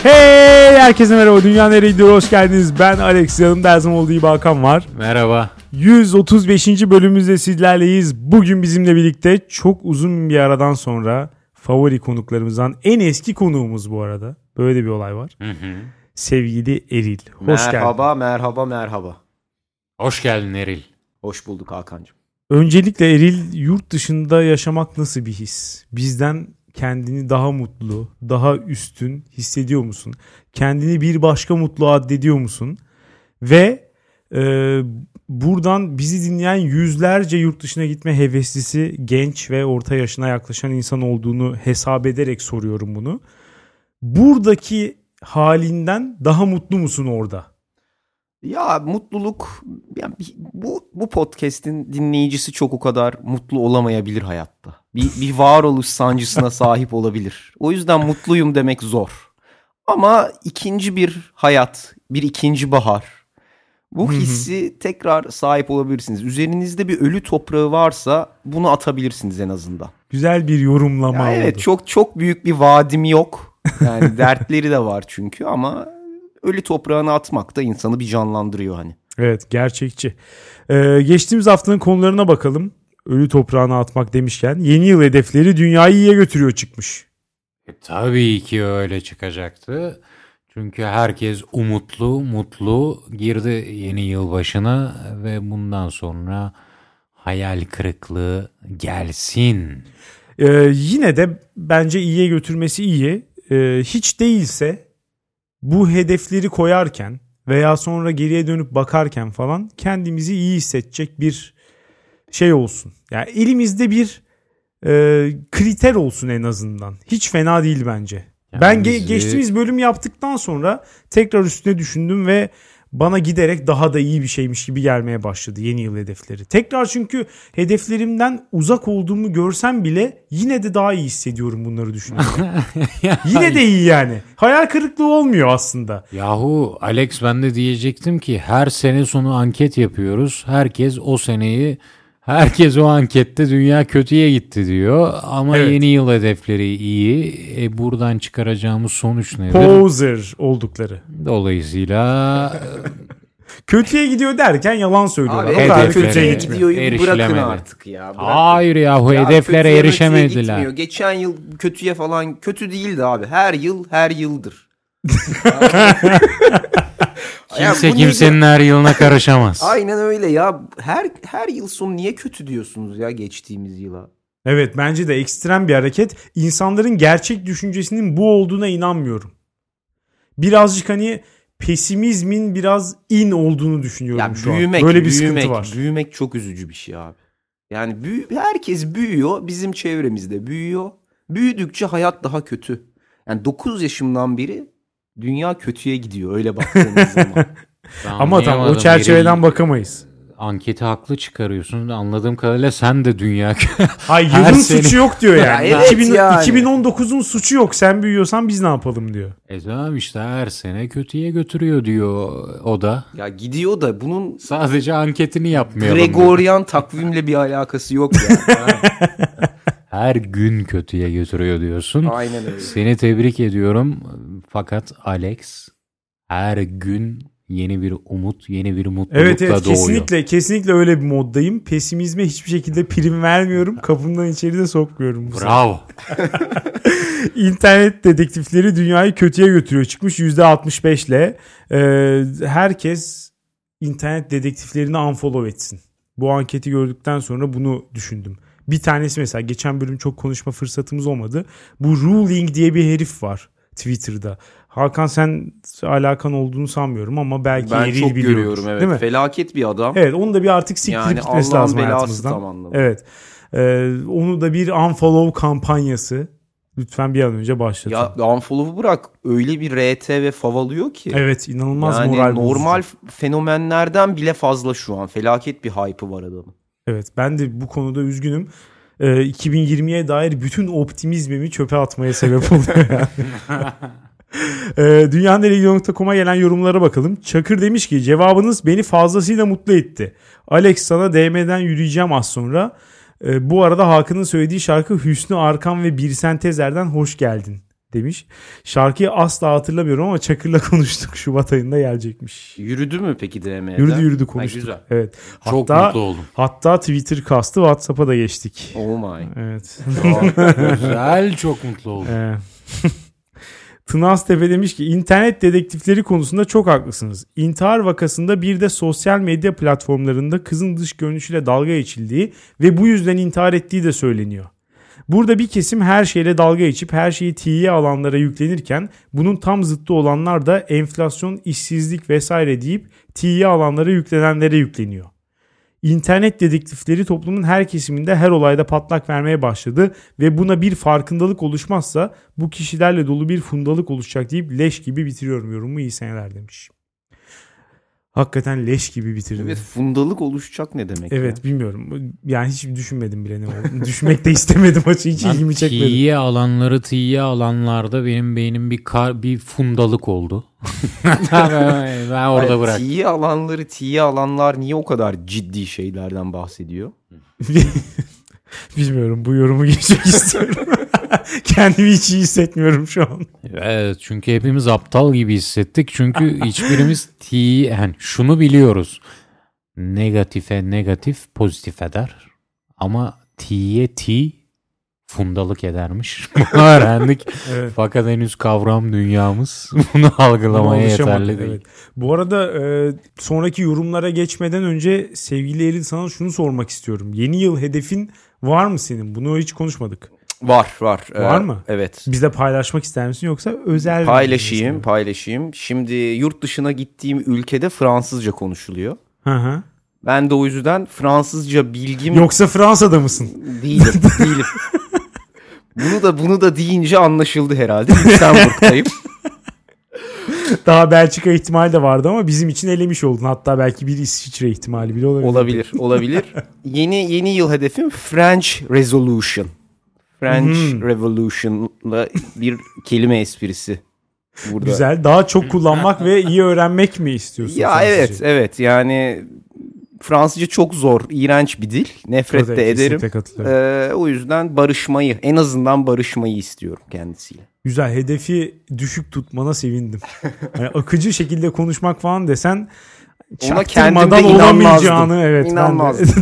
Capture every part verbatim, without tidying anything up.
Hey herkese merhaba, Dünya Nereye Gidiyor, hoş geldiniz. Ben Alex, yanımda her zaman olduğu gibi Hakan var. Merhaba. yüz otuz beşinci bölümümüzde sizlerleyiz. Bugün bizimle birlikte çok uzun bir aradan sonra favori konuklarımızdan en eski konuğumuz bu arada. Böyle bir olay var. Hı hı. Sevgili Eril. Hoş merhaba, geldin. Merhaba, merhaba, merhaba. Hoş geldin Eril. Hoş bulduk Hakan'cığım. Öncelikle Eril, yurt dışında yaşamak nasıl bir his? Bizden kendini daha mutlu, daha üstün hissediyor musun? Kendini bir başka mutlu addediyor musun? Ve e, buradan bizi dinleyen yüzlerce yurt dışına gitme heveslisi genç ve orta yaşına yaklaşan insan olduğunu hesap ederek soruyorum bunu. Buradaki halinden daha mutlu musun orada? Ya mutluluk, yani bu bu podcast'in dinleyicisi çok o kadar mutlu olamayabilir hayatta. Bir, bir varoluş sancısına sahip olabilir. O yüzden mutluyum demek zor. Ama ikinci bir hayat, bir ikinci bahar. Bu hissi tekrar sahip olabilirsiniz. Üzerinizde bir ölü toprağı varsa bunu atabilirsiniz en azından. Güzel bir yorumlama ya oldu. Evet, çok çok büyük bir vadim yok. Yani dertleri de var çünkü, ama ölü toprağına atmak da insanı bir canlandırıyor hani. Evet, gerçekçi. Ee, geçtiğimiz haftanın konularına bakalım. Ölü toprağına atmak demişken yeni yıl hedefleri dünyayı iyiye götürüyor çıkmış. E, tabii ki öyle çıkacaktı. Çünkü herkes umutlu, mutlu girdi yeni yıl başına ve bundan sonra hayal kırıklığı gelsin. Ee, yine de bence iyiye götürmesi iyi. Ee, hiç değilse bu hedefleri koyarken veya sonra geriye dönüp bakarken falan kendimizi iyi hissedecek bir şey olsun. Yani elimizde bir e, kriter olsun en azından. Hiç fena değil bence. Yani ben ge- bizi... geçtiğimiz bölüm yaptıktan sonra tekrar üstüne düşündüm ve bana giderek daha da iyi bir şeymiş gibi gelmeye başladı yeni yıl hedefleri. Tekrar, çünkü hedeflerimden uzak olduğumu görsem bile yine de daha iyi hissediyorum bunları düşünüyorum. Yine de iyi yani. Hayal kırıklığı olmuyor aslında. Yahu Alex, ben de diyecektim ki her sene sonu anket yapıyoruz. Herkes o seneyi, herkes o ankette dünya kötüye gitti diyor. Ama evet, yeni yıl hedefleri iyi. E buradan çıkaracağımız sonuç nedir? Poser oldukları. Dolayısıyla kötüye gidiyor derken yalan söylüyorlar. Abi, o kadar kötüye gidiyor, bırakın artık ya. Bırakın. Hayır yahu ya, hedeflere erişemediler. Geçen yıl kötüye falan kötü değildi abi. Her yıl her yıldır. Kimse kimsenin her yılına karışamaz. Aynen öyle ya. Her her yıl sonu niye kötü diyorsunuz ya geçtiğimiz yıla? Evet, bence de ekstrem bir hareket. İnsanların gerçek düşüncesinin bu olduğuna inanmıyorum. Birazcık hani pesimizmin biraz in olduğunu düşünüyorum ya şu büyümek, an. Böyle bir büyümek, sıkıntı var. Büyümek çok üzücü bir şey abi. Yani büyü, herkes büyüyor. Bizim çevremizde büyüyor. Büyüdükçe hayat daha kötü. Yani dokuz yaşımdan beri dünya kötüye gidiyor öyle baktığınız zaman. Ama tam o çerçeveden bakamayız. Anketi haklı çıkarıyorsun. Anladığım kadarıyla sen de dünya... Hayır, yılın sene... suçu yok diyor yani. ya evet iki bin, yani. iki bin on dokuzun suçu yok. Sen büyüyorsan biz ne yapalım diyor. E tamam işte, her sene kötüye götürüyor diyor o da. Ya gidiyor da bunun... Sadece anketini yapmayalım. Gregorian takvimle bir alakası yok yani. Her gün kötüye götürüyor diyorsun. Aynen öyle. Seni tebrik ediyorum. Fakat Alex, her gün yeni bir umut, yeni bir mutlulukla evet, evet, doğuyor. Kesinlikle, kesinlikle öyle bir moddayım. Pesimizme hiçbir şekilde prim vermiyorum. Kapımdan içeri de sokmuyorum. Bravo. İnternet dedektifleri dünyayı kötüye götürüyor çıkmış yüzde altmış beş ile. Ee, herkes internet dedektiflerini unfollow etsin. Bu anketi gördükten sonra bunu düşündüm. Bir tanesi mesela, geçen bölüm çok konuşma fırsatımız olmadı. Bu Ruling diye bir herif var Twitter'da. Hakan, sen alakan olduğunu sanmıyorum ama belki ben Eril çok biliyordur. görüyorum, evet. Değil mi? Felaket bir adam. Evet, onu da bir artık siktirip yani gitmesi Allah'ın lazım belası hayatımızdan. tam anlamda. Evet. Ee, onu da bir unfollow kampanyası. Lütfen bir an önce başlatın. Ya unfollow'u bırak, öyle bir R T ve fav alıyor ki. Evet, inanılmaz yani moral bozucu. Normal fenomenlerden bile fazla şu an. Felaket bir hype'ı var adamın. Evet, ben de bu konuda üzgünüm. Ee, iki bin yirmiye dair bütün optimizmimi çöpe atmaya sebep oluyor yani. ee, dünyanın nereye gidiyor nokta com'a gelen yorumlara bakalım. Çakır demiş ki cevabınız beni fazlasıyla mutlu etti. Alex, sana D M'den yürüyeceğim az sonra. Ee, bu arada Hakan'ın söylediği şarkı Hüsnü Arkan ve Birsen Tezer'den Hoş Geldin demiş. Şarkıyı asla hatırlamıyorum ama Çakır'la konuştuk. Şubat ayında gelecekmiş. Yürüdü mü peki D M'den? Yürüdü yürüdü konuştuk. Ha, güzel. Evet. Çok hatta, mutlu oldum. Hatta Twitter kastı WhatsApp'a da geçtik. Oh my. Evet. Güzel, çok mutlu oldum. Evet. Tınaztepe demiş ki internet dedektifleri konusunda çok haklısınız. İntihar vakasında bir de sosyal medya platformlarında kızın dış görünüşüyle dalga geçildiği ve bu yüzden intihar ettiği de söyleniyor. Burada bir kesim her şeyle dalga geçip her şeyi tiye alanlara yüklenirken bunun tam zıttı olanlar da enflasyon, işsizlik vesaire deyip tiye alanlara yüklenenlere yükleniyor. İnternet dedektifleri toplumun her kesiminde her olayda patlak vermeye başladı ve buna bir farkındalık oluşmazsa bu kişilerle dolu bir fundalık oluşacak deyip leş gibi bitiriyorum yorumu, iyi seneler demiş. Hakikaten leş gibi bitirdi. Evet, fundalık oluşacak ne demek? Evet ya? Bilmiyorum. Yani hiç düşünmedim bile ne oldu. Düşmek de istemedim açı, hiç ilgimi çekmedi. Tiye alanları tiye alanlarda benim beynim bir kar, bir fundalık oldu. ben, ben orada yani bıraktım. Tiye alanları tiye alanlar niye o kadar ciddi şeylerden bahsediyor? Bilmiyorum, bu yorumu geçmek istiyorum. Kendimi hiç iyi hissetmiyorum şu an. Evet, çünkü hepimiz aptal gibi hissettik. Çünkü hiçbirimiz T, yani şunu biliyoruz. Negatife negatif pozitif eder. Ama T'ye T fundalık edermiş. Bunu öğrendik. Evet. Fakat henüz kavram dünyamız bunu algılamaya yeterli değil. Evet. Bu arada e, sonraki yorumlara geçmeden önce sevgili Erin, sana şunu sormak istiyorum. Yeni yıl hedefin var mı senin? Bunu hiç konuşmadık. Var var. Var ee, mı? Evet. Bizle paylaşmak ister misin yoksa özel mi? Paylaşayım paylaşayım. Şimdi yurt dışına gittiğim ülkede Fransızca konuşuluyor. Hı hı. Ben de o yüzden Fransızca bilgim... Yoksa Fransa'da mısın? Değilim değilim. Bunu da bunu da deyince anlaşıldı herhalde. Lüksemburg'dayım. Daha Belçika ihtimali de vardı ama bizim için elemiş oldun. Hatta belki bir İsviçre ihtimali bile olabilir. Olabilir, olabilir. Yeni yeni yıl hedefim French Resolution. French hmm. Revolution'la bir kelime esprisi. Burada. Güzel. Daha çok kullanmak ve iyi öğrenmek mi istiyorsun? Ya Fransızca? evet, evet. Yani Fransızca çok zor, iğrenç bir dil. Nefret evet, de ederim. Ee, o yüzden barışmayı, en azından barışmayı istiyorum kendisiyle. Güzel. Hedefi düşük tutmana sevindim. Yani akıcı şekilde konuşmak falan desen ona kendimde olamayacağını evet. İnanmazdım.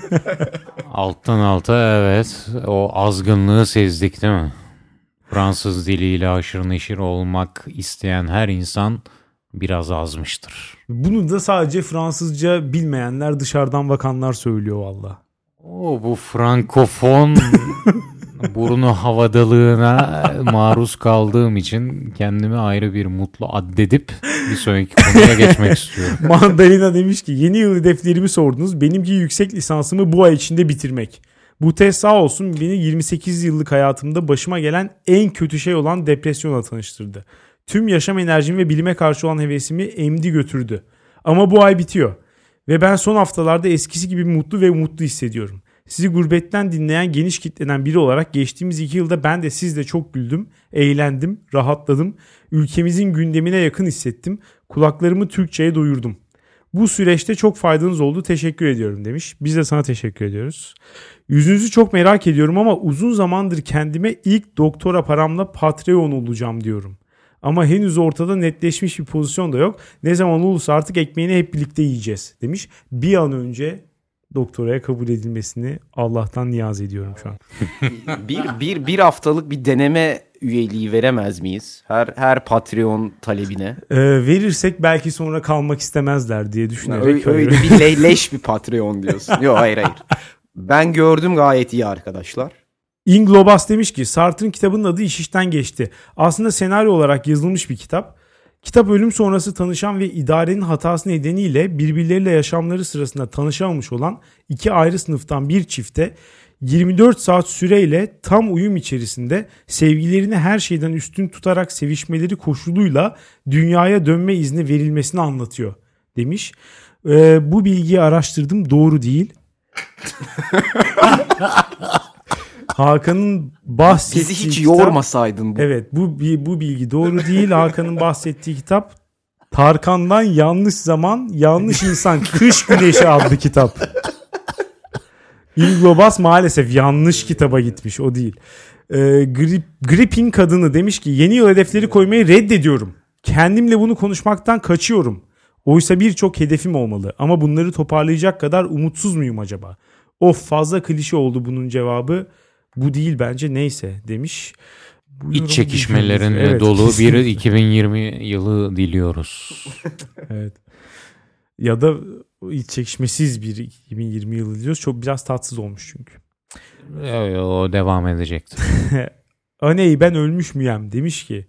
Alttan alta evet. O azgınlığı sezdik değil mi? Fransız diliyle haşır neşir olmak isteyen her insan biraz azmıştır. Bunu da sadece Fransızca bilmeyenler, dışarıdan bakanlar söylüyor valla. O bu frankofon burnu havadalığına maruz kaldığım için kendimi ayrı bir mutlu addedip bir sonraki konuya geçmek istiyorum. Mandalina demiş ki yeni yıl hedeflerimi sordunuz. Benimki yüksek lisansımı bu ay içinde bitirmek. Bu test sağ olsun beni yirmi sekiz yıllık hayatımda başıma gelen en kötü şey olan depresyonla tanıştırdı. Tüm yaşam enerjimi ve bilime karşı olan hevesimi emdi götürdü. Ama bu ay bitiyor. Ve ben son haftalarda eskisi gibi mutlu ve umutlu hissediyorum. Sizi gurbetten dinleyen geniş kitleden biri olarak geçtiğimiz iki yılda ben de sizle çok güldüm, eğlendim, rahatladım. Ülkemizin gündemine yakın hissettim. Kulaklarımı Türkçe'ye doyurdum. Bu süreçte çok faydanız oldu. Teşekkür ediyorum demiş. Biz de sana teşekkür ediyoruz. Yüzünüzü çok merak ediyorum ama uzun zamandır kendime ilk doktora paramla Patreon olacağım diyorum. Ama henüz ortada netleşmiş bir pozisyon da yok. Ne zaman olursa artık ekmeğini hep birlikte yiyeceğiz demiş. Bir an önce doktoraya kabul edilmesini Allah'tan niyaz ediyorum şu an. bir, bir, bir haftalık bir deneme üyeliği veremez miyiz? Her her Patreon talebine. Ee, verirsek belki sonra kalmak istemezler diye düşünerek. Öyle, öyle bir le- leş bir Patreon diyorsun. Yok hayır hayır. Ben gördüm, gayet iyi arkadaşlar. Inglobas demiş ki Sartre'ın kitabının adı İş İşten Geçti. Aslında senaryo olarak yazılmış bir kitap. Kitap ölüm sonrası tanışan ve idarenin hatası nedeniyle birbirleriyle yaşamları sırasında tanışamamış olan iki ayrı sınıftan bir çifte yirmi dört saat süreyle tam uyum içerisinde sevgilerini her şeyden üstün tutarak sevişmeleri koşuluyla dünyaya dönme izni verilmesini anlatıyor demiş. Ee, bu bilgiyi araştırdım, doğru değil. Hakan'ın bahsettiği bizi hiç kitap, yormasaydın bu. Evet, bu bu bilgi doğru değil. Hakan'ın bahsettiği kitap Tarkan'dan Yanlış Zaman, Yanlış İnsan, Kış Güneşi adlı kitap. Inglobas maalesef yanlış kitaba gitmiş, o değil. E, grip, gripping kadını demiş ki yeni yıl hedefleri koymayı reddediyorum. Kendimle bunu konuşmaktan kaçıyorum. Oysa birçok hedefim olmalı ama bunları toparlayacak kadar umutsuz muyum acaba? Of, fazla klişe oldu bunun cevabı. Bu değil bence, neyse demiş. Bu İç çekişmelerinle evet, dolu bir iki bin yirmi yılı diliyoruz. Evet. Ya da iç çekişmesiz bir iki bin yirmi yılı diliyoruz. Çok biraz tatsız olmuş çünkü. O devam edecektir. Aney ben ölmüş müyem demiş ki.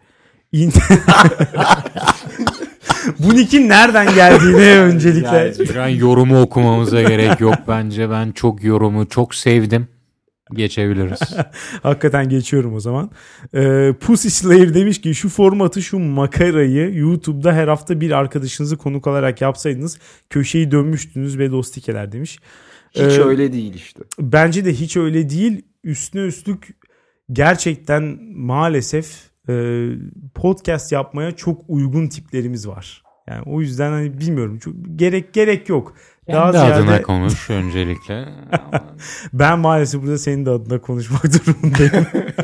Bu nickin nereden geldiğine öncelikle. Yani şu an yorumu okumamıza gerek yok bence. Ben çok yorumu çok sevdim. Geçebiliriz. Hakikaten geçiyorum o zaman. Ee, Pussy Slayer demiş ki şu formatı, şu makarayı YouTube'da her hafta bir arkadaşınızı konuk alarak yapsaydınız köşeyi dönmüştünüz ve dostikeler demiş. Hiç ee, öyle değil işte. Bence de hiç öyle değil. Üstüne üstlük gerçekten maalesef e, podcast yapmaya çok uygun tiplerimiz var. Yani o yüzden hani bilmiyorum, çok gerek gerek yok. Daha Kendi ziyade... adına konuş öncelikle. Ben maalesef burada senin de adına konuşmak durumundayım.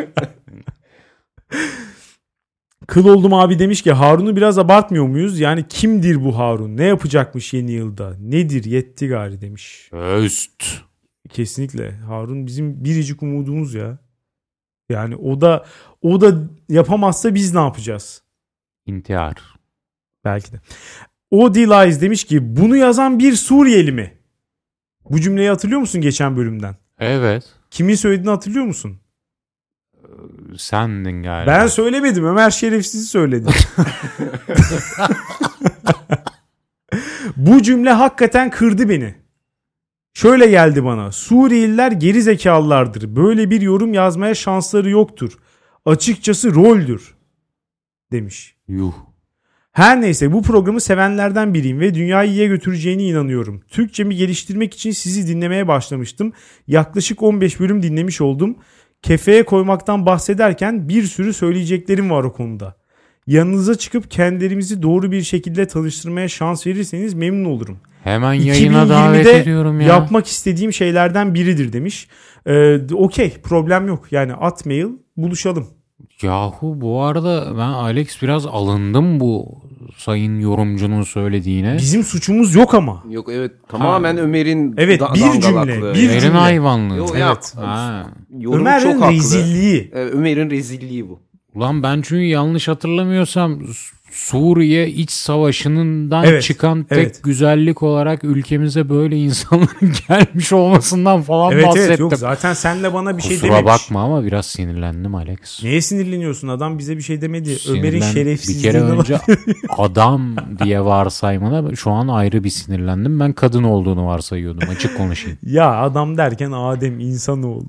Kıl oldum abi demiş ki Harun'u biraz abartmıyor muyuz? Yani kimdir bu Harun? Ne yapacakmış yeni yılda? Nedir? Yetti gari demiş. Öst. Kesinlikle. Harun bizim biricik umudumuz ya. Yani o da o da yapamazsa biz ne yapacağız? İntihar. Belki de. O Delize demiş ki bunu yazan bir Suriyeli mi? Bu cümleyi hatırlıyor musun geçen bölümden? Evet. Kimin söylediğini hatırlıyor musun? Sendin galiba. Ben söylemedim. Ömer Şerefsiz'i söyledi. Bu cümle hakikaten kırdı beni. Şöyle geldi bana. Suriyeliler geri zekalılardır. Böyle bir yorum yazmaya şansları yoktur. Açıkçası roldür. Demiş. Yuh. Her neyse bu programı sevenlerden biriyim ve dünyayı iyiye götüreceğine inanıyorum. Türkçemi geliştirmek için sizi dinlemeye başlamıştım. Yaklaşık on beş bölüm dinlemiş oldum. Kefeye koymaktan bahsederken bir sürü söyleyeceklerim var o konuda. Yanınıza çıkıp kendilerimizi doğru bir şekilde tanıştırmaya şans verirseniz memnun olurum. Hemen yayına davet ediyorum ya. Yapmak istediğim şeylerden biridir demiş. Ee, Okey, problem yok. Yani at mail, buluşalım. Yahu bu arada ben Alex biraz alındım bu sayın yorumcunun söylediğine. Bizim suçumuz yok ama. Yok evet, tamamen ha. Ömer'in evet, da- bir cümle, bir Ömer'in cümle. hayvanlığı. Yok, evet. Ha. Ömer'in rezilliği. Ömer'in rezilliği bu. Ulan ben çünkü yanlış hatırlamıyorsam Suriye iç savaşından evet, çıkan tek evet. güzellik olarak ülkemize böyle insanların gelmiş olmasından falan evet, bahsettim. Evet yok zaten senle bana bir Kusura şey dememiş. Kusura bakma ama biraz sinirlendim Alex. Neye sinirleniyorsun? Adam bize bir şey demedi. Sinirlen... Ömer'in şerefsizliğine bir kere önce adam diye varsaymana şu an ayrı bir sinirlendim. Ben kadın olduğunu varsayıyordum, açık konuşayım. Ya adam derken Adem insanoğlu.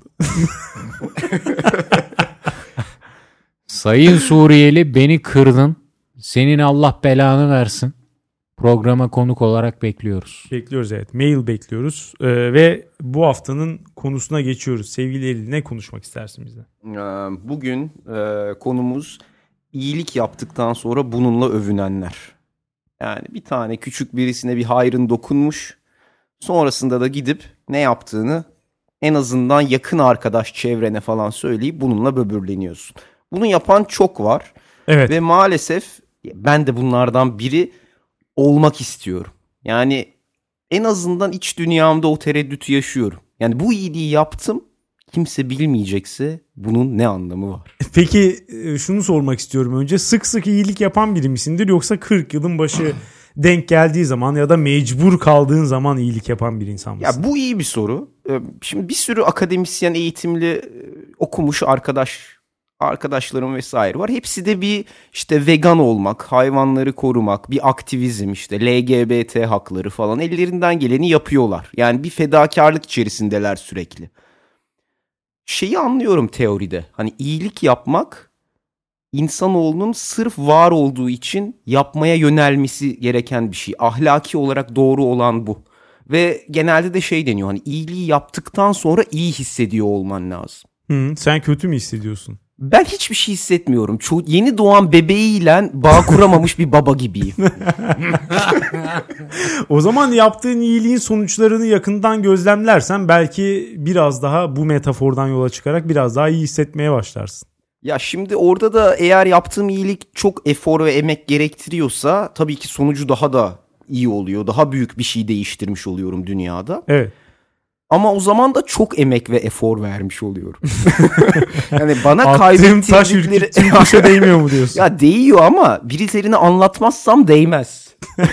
Sayın Suriyeli beni kırdın. Senin Allah belanı versin. Programa konuk olarak bekliyoruz. Bekliyoruz evet. Mail bekliyoruz. Ee, ve bu haftanın konusuna geçiyoruz. Sevgili Eli, ne konuşmak istersin bize? Bugün e, konumuz iyilik yaptıktan sonra bununla övünenler. Yani bir tane küçük birisine bir hayrın dokunmuş. Sonrasında da gidip ne yaptığını en azından yakın arkadaş çevrene falan söyleyip bununla böbürleniyorsun. Bunu yapan çok var. Evet. Ve maalesef ben de bunlardan biri olmak istiyorum. Yani en azından iç dünyamda o tereddütü yaşıyorum. Yani bu iyiliği yaptım, kimse bilmeyecekse bunun ne anlamı var? Peki şunu sormak istiyorum önce. Sık sık iyilik yapan biri misindir yoksa kırk yılın başı denk geldiği zaman ya da mecbur kaldığın zaman iyilik yapan bir insan mısın? Ya bu iyi bir soru. Şimdi bir sürü akademisyen, eğitimli, okumuş arkadaş arkadaşlarım vesaire var. Hepsi de bir işte vegan olmak, hayvanları korumak, bir aktivizm, işte L G B T hakları falan ellerinden geleni yapıyorlar. Yani bir fedakarlık içerisindeler sürekli. Şeyi anlıyorum teoride. Hani iyilik yapmak insanoğlunun sırf var olduğu için yapmaya yönelmesi gereken bir şey. Ahlaki olarak doğru olan bu. Ve genelde de şey deniyor, hani iyiliği yaptıktan sonra iyi hissediyor olman lazım. Hı, sen kötü mü hissediyorsun? Ben hiçbir şey hissetmiyorum. Ço- yeni doğan bebeğiyle bağ kuramamış bir baba gibiyim. O zaman yaptığın iyiliğin sonuçlarını yakından gözlemlersen belki biraz daha bu metafordan yola çıkarak biraz daha iyi hissetmeye başlarsın. Ya şimdi orada da eğer yaptığım iyilik çok efor ve emek gerektiriyorsa tabii ki sonucu daha da iyi oluyor. Daha büyük bir şey değiştirmiş oluyorum dünyada. Evet. Ama o zaman da çok emek ve efor vermiş oluyorum. Yani bana attığım taş kaybettirdikleri... ürküttüğüm kuşa değmiyor mu diyorsun? Ya değiyor ama birilerine anlatmazsam değmez.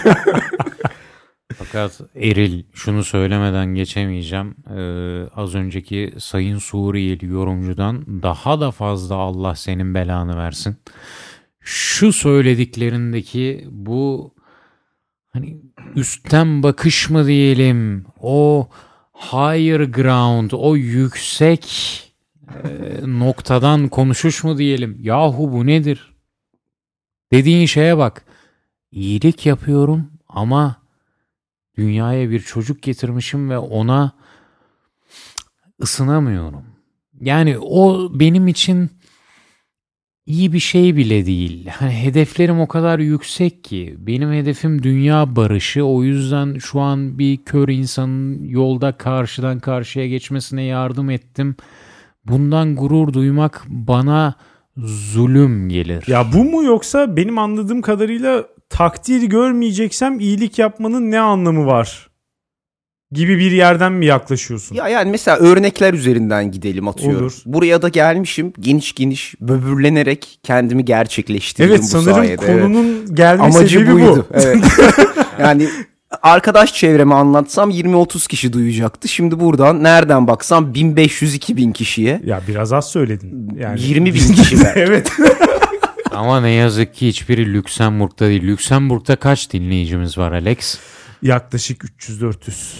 Fakat Eril, şunu söylemeden geçemeyeceğim. Ee, az önceki Sayın Suriyeli yorumcudan daha da fazla Allah senin belanı versin. Şu söylediklerindeki bu hani üstten bakış mı diyelim, o higher ground, o yüksek e, noktadan konuşuş mu diyelim. Yahu bu nedir? Dediğin şeye bak. İyilik yapıyorum ama dünyaya bir çocuk getirmişim ve ona ısınamıyorum. Yani o benim için iyi bir şey bile değil. Hani hedeflerim o kadar yüksek ki. Benim hedefim dünya barışı. O yüzden şu an bir kör insanın yolda karşıdan karşıya geçmesine yardım ettim. Bundan gurur duymak bana zulüm gelir. Ya bu mu, yoksa benim anladığım kadarıyla takdir görmeyeceksem iyilik yapmanın ne anlamı var gibi bir yerden mi yaklaşıyorsun? Ya yani mesela örnekler üzerinden gidelim, atıyorum. Olur. Buraya da gelmişim, geniş geniş böbürlenerek kendimi gerçekleştirdim Evet, bu sanırım sayede. konunun evet. gelme Amacı sebebi buydu. bu. Evet. Yani arkadaş çevreme anlatsam yirmi otuz kişi duyacaktı. Şimdi buradan nereden baksam bin beş yüz iki bin kişiye. Ya biraz az söyledin. Yani yirmi bin kişi ver. Evet. Ama ne yazık ki hiçbiri Lüksemburg'da değil. Lüksemburg'da kaç dinleyicimiz var Alex? Yaklaşık üç yüz dört yüz.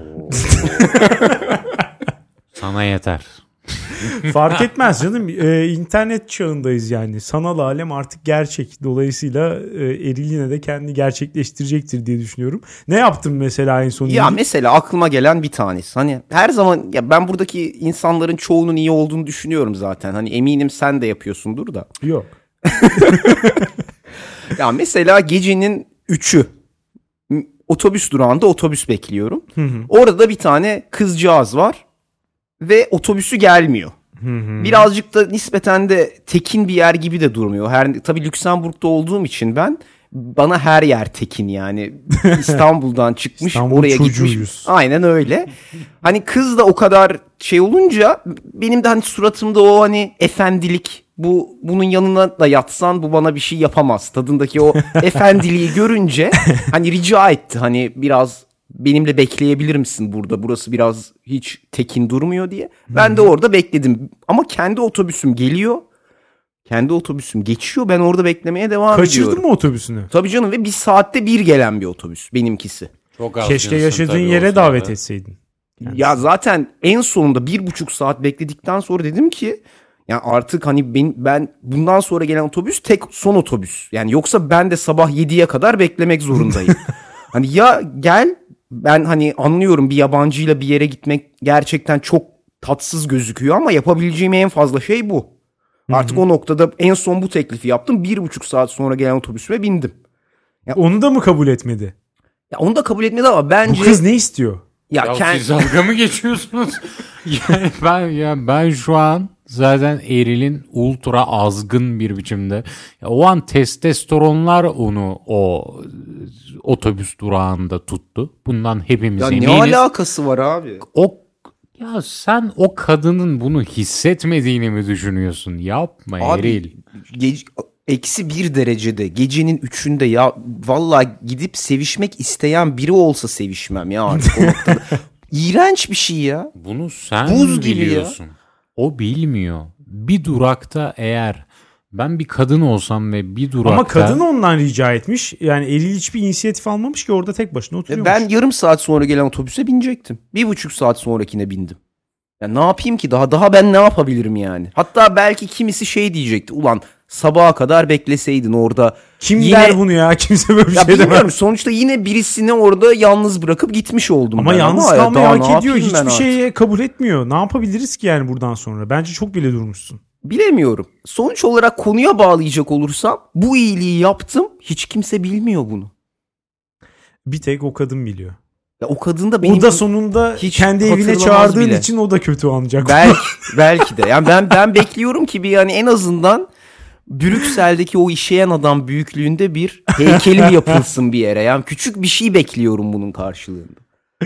Sana yeter. Fark etmez canım. Ee, internet çağındayız yani. Sanal alem artık gerçek. Dolayısıyla e, Eril yine de kendi gerçekleştirecektir diye düşünüyorum. Ne yaptın mesela en son? Ya iyi? mesela aklıma gelen bir tanesi. Hani her zaman ya ben buradaki insanların çoğunun iyi olduğunu düşünüyorum zaten. Hani eminim sen de yapıyorsundur da. Yok. Ya mesela gecenin üçü otobüs durağında otobüs bekliyorum. Hı hı. Orada bir tane kızcağız var ve otobüsü gelmiyor. Hı hı. Birazcık da nispeten de tekin bir yer gibi de durmuyor. Her tabii Lüksemburg'da olduğum için ben bana her yer tekin yani. İstanbul'dan çıkmış İstanbul oraya çocuğuyuz. gitmiş. Aynen öyle. Hani kız da o kadar şey olunca benim de hani suratımda o hani efendilik, bu bunun yanına da yatsan bu bana bir şey yapamaz tadındaki o efendiliği görünce hani rica etti, hani biraz benimle bekleyebilir misin burada, burası biraz hiç tekin durmuyor diye. Ben de orada bekledim ama kendi otobüsüm geliyor, kendi otobüsüm geçiyor, ben orada beklemeye devam Kaçırdın ediyorum. mı otobüsünü? Tabii canım, ve bir saatte bir gelen bir otobüs benimkisi. Çok az Keşke diyorsun yaşadığın tabii yere olsa davet da. etseydin. Yani. Ya zaten en sonunda bir buçuk saat bekledikten sonra dedim ki yani artık hani ben, ben bundan sonra gelen otobüs tek son otobüs. Yani yoksa ben de sabah yediye kadar beklemek zorundayım. Hani ya gel, ben hani anlıyorum bir yabancıyla bir yere gitmek gerçekten çok tatsız gözüküyor ama yapabileceğim en fazla şey bu. Artık o noktada en son bu teklifi yaptım. Bir buçuk saat sonra gelen otobüsüme bindim. Ya onu da mı kabul etmedi? Ya onu da kabul etmedi ama bence... Bu kız ne istiyor? Ya, Ya kend... siz dalga mı geçiyorsunuz? Yani ben ya ben şu an zaten Eril'in ultra azgın bir biçimde. Ya o an testosteronlar onu o otobüs durağında tuttu. Bundan hepimiz Ya eminiz. ne alakası var abi? O ya sen o kadının bunu hissetmediğini mi düşünüyorsun? Yapma Abi, Eril. Ge- eksi bir derecede gecenin üçünde ya vallahi gidip sevişmek isteyen biri olsa sevişmem ya artık o noktada. İğrenç bir şey ya. Bunu sen Buz gibi biliyorsun. O bilmiyor. Bir durakta eğer ben bir kadın olsam ve bir durakta... Ama kadın ondan rica etmiş. Yani Eril hiçbir inisiyatif almamış ki, orada tek başına oturuyormuş. Ben yarım saat sonra gelen otobüse binecektim. Bir buçuk saat sonrakine bindim. Ya ne yapayım ki daha? Daha ben ne yapabilirim yani? Hatta belki kimisi şey diyecekti. Ulan sabaha kadar bekleseydin orada. Kim yine... der bunu ya? Kimse böyle bir ya şey demez. Bilmiyorum, sonuçta yine birisini orada yalnız bırakıp gitmiş oldum. Ama ben. yalnız ama kalmayı hak ediyor. Hiçbir şeye kabul etmiyor. Ne yapabiliriz ki yani buradan sonra? Bence çok bile durmuşsun. Bilemiyorum. Sonuç olarak konuya bağlayacak olursam bu iyiliği yaptım. Hiç kimse bilmiyor bunu. Bir tek o kadın biliyor. Ya o kadın da benim o da sonunda hiç kendi evine çağırdığın bile. için o da kötü anlayacak. Belki belki de. Yani ben ben bekliyorum ki bir yani en azından Brüksel'deki o işeyen adam büyüklüğünde bir heykelim yapılsın bir yere. Yani küçük bir şey bekliyorum bunun karşılığında.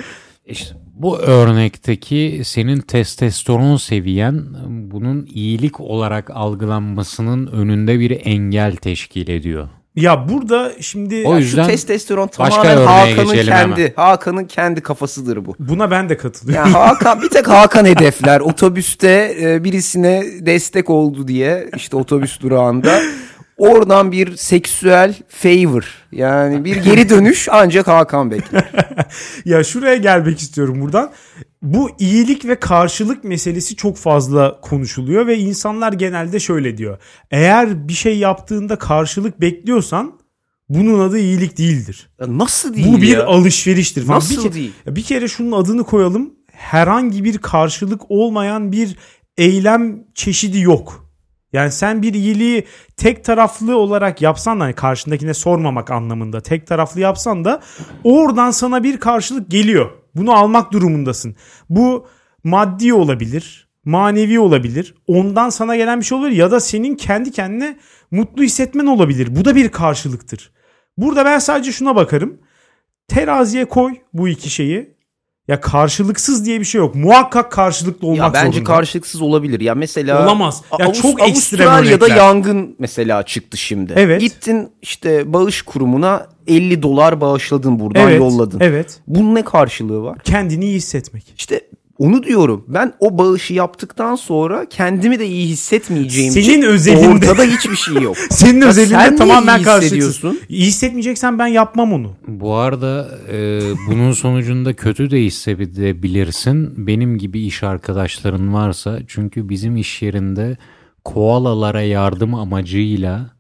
İşte bu örnekteki senin testosteron seviyen bunun iyilik olarak algılanmasının önünde bir engel teşkil ediyor. Ya burada şimdi o yüzden şu testosteron tamamen Hakan'ın kendi hemen. Hakan'ın kendi kafasıdır bu. Buna ben de katılıyorum. Yani Hakan bir tek Hakan hedefler. Otobüste birisine destek oldu diye işte otobüs durağında oradan bir seksüel favor, yani bir geri dönüş ancak Hakan bekler. Ya şuraya gelmek istiyorum buradan. Bu iyilik ve karşılık meselesi çok fazla konuşuluyor ve insanlar genelde şöyle diyor. Eğer bir şey yaptığında karşılık bekliyorsan bunun adı iyilik değildir. Ya nasıl değil Bu bir ya? alışveriştir falan. Nasıl bir ke- değil? Bir kere şunun adını koyalım. Herhangi bir karşılık olmayan bir eylem çeşidi yok. Yani sen bir iyiliği tek taraflı olarak yapsan da, hani karşındakine sormamak anlamında tek taraflı yapsan da oradan sana bir karşılık geliyor. Bunu almak durumundasın. Bu maddi olabilir, manevi olabilir. Ondan sana gelen bir şey olabilir ya da senin kendi kendine mutlu hissetmen olabilir. Bu da bir karşılıktır. Burada ben sadece şuna bakarım. Teraziye koy bu iki şeyi. Ya karşılıksız diye bir şey yok. Muhakkak karşılıklı olmak zorunda. Ya bence zorunda. karşılıksız olabilir. Ya mesela olamaz. Ya Avust- çok ekstrem Avustralya'da örnekler. yangın mesela çıktı şimdi. Evet. Gittin işte bağış kurumuna elli dolar bağışladın, buradan evet, yolladın. Evet. Bunun ne karşılığı var? Kendini iyi hissetmek. İşte onu diyorum. Ben o bağışı yaptıktan sonra kendimi de iyi hissetmeyeceğim Senin için özelinde, ortada hiçbir şey yok. Senin Ya özelinde sen tamamen iyi karşılıksız. hissediyorsun? İyi hissetmeyeceksen ben yapmam onu. Bu arada e, bunun sonucunda kötü de hissedebilirsin. Benim gibi iş arkadaşların varsa, çünkü bizim iş yerinde koalalara yardım amacıyla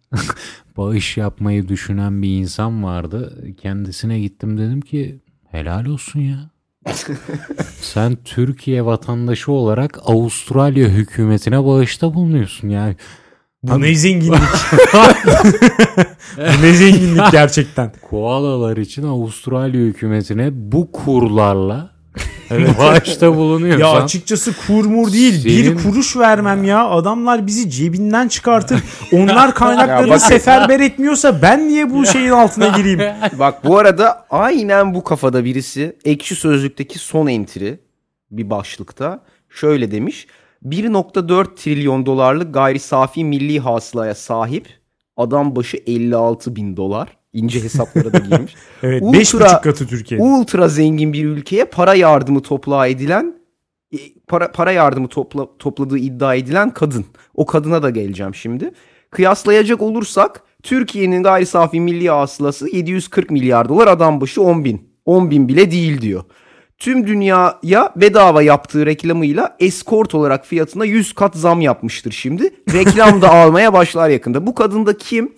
bağış yapmayı düşünen bir insan vardı. Kendisine gittim, dedim ki helal olsun ya. Sen Türkiye vatandaşı olarak Avustralya hükümetine bağışta bulunuyorsun yani. Bu ne zenginlik. Bu ne zenginlik gerçekten. Koalalar için Avustralya hükümetine bu kurlarla evet. bağışta bulunuyorsan. Ya açıkçası kurmur değil. Senin... Bir kuruş vermem ya. Adamlar bizi cebinden çıkartır. Onlar kaynaklarını bak... seferber etmiyorsa ben niye bu şeyin altına gireyim? Bak bu arada aynen bu kafada birisi Ekşi Sözlük'teki son entry bir başlıkta şöyle demiş. bir virgül dört trilyon dolarlık gayri safi milli hasılaya sahip, adam başı elli altı bin dolar. İnce hesaplara da girmiş. Evet, beş buçuk katı Türkiye'de. Ultra zengin bir ülkeye para yardımı toplağı edilen para para yardımı topla, topladığı iddia edilen kadın. O kadına da geleceğim şimdi. Kıyaslayacak olursak Türkiye'nin gayri safi milli hasılası yedi yüz kırk milyar dolar, adam başı on bin. on bin bile değil diyor. Tüm dünyaya bedava yaptığı reklamıyla eskort olarak fiyatına yüz kat zam yapmıştır şimdi. Reklam da almaya başlar yakında. Bu kadın da kim?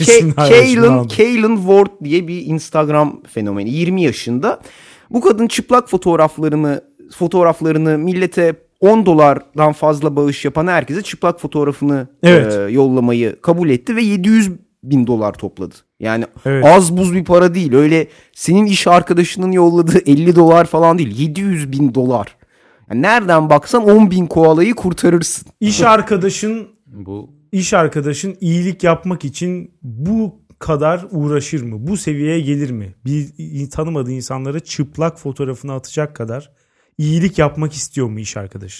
Kaylin Kaylin Ward diye bir Instagram fenomeni. yirmi yaşında. Bu kadın çıplak fotoğraflarını fotoğraflarını millete on dolardan fazla bağış yapan herkese çıplak fotoğrafını evet. e, yollamayı kabul etti ve yedi yüz bin dolar topladı. Yani evet. az buz bir para değil. Öyle senin iş arkadaşının yolladığı elli dolar falan değil. yedi yüz bin dolar. Yani nereden baksan on bin koalayı kurtarırsın. İş arkadaşın bu iş arkadaşın iyilik yapmak için bu kadar uğraşır mı? Bu seviyeye gelir mi? Bir tanımadığı insanlara çıplak fotoğrafını atacak kadar iyilik yapmak istiyor mu iş arkadaşın?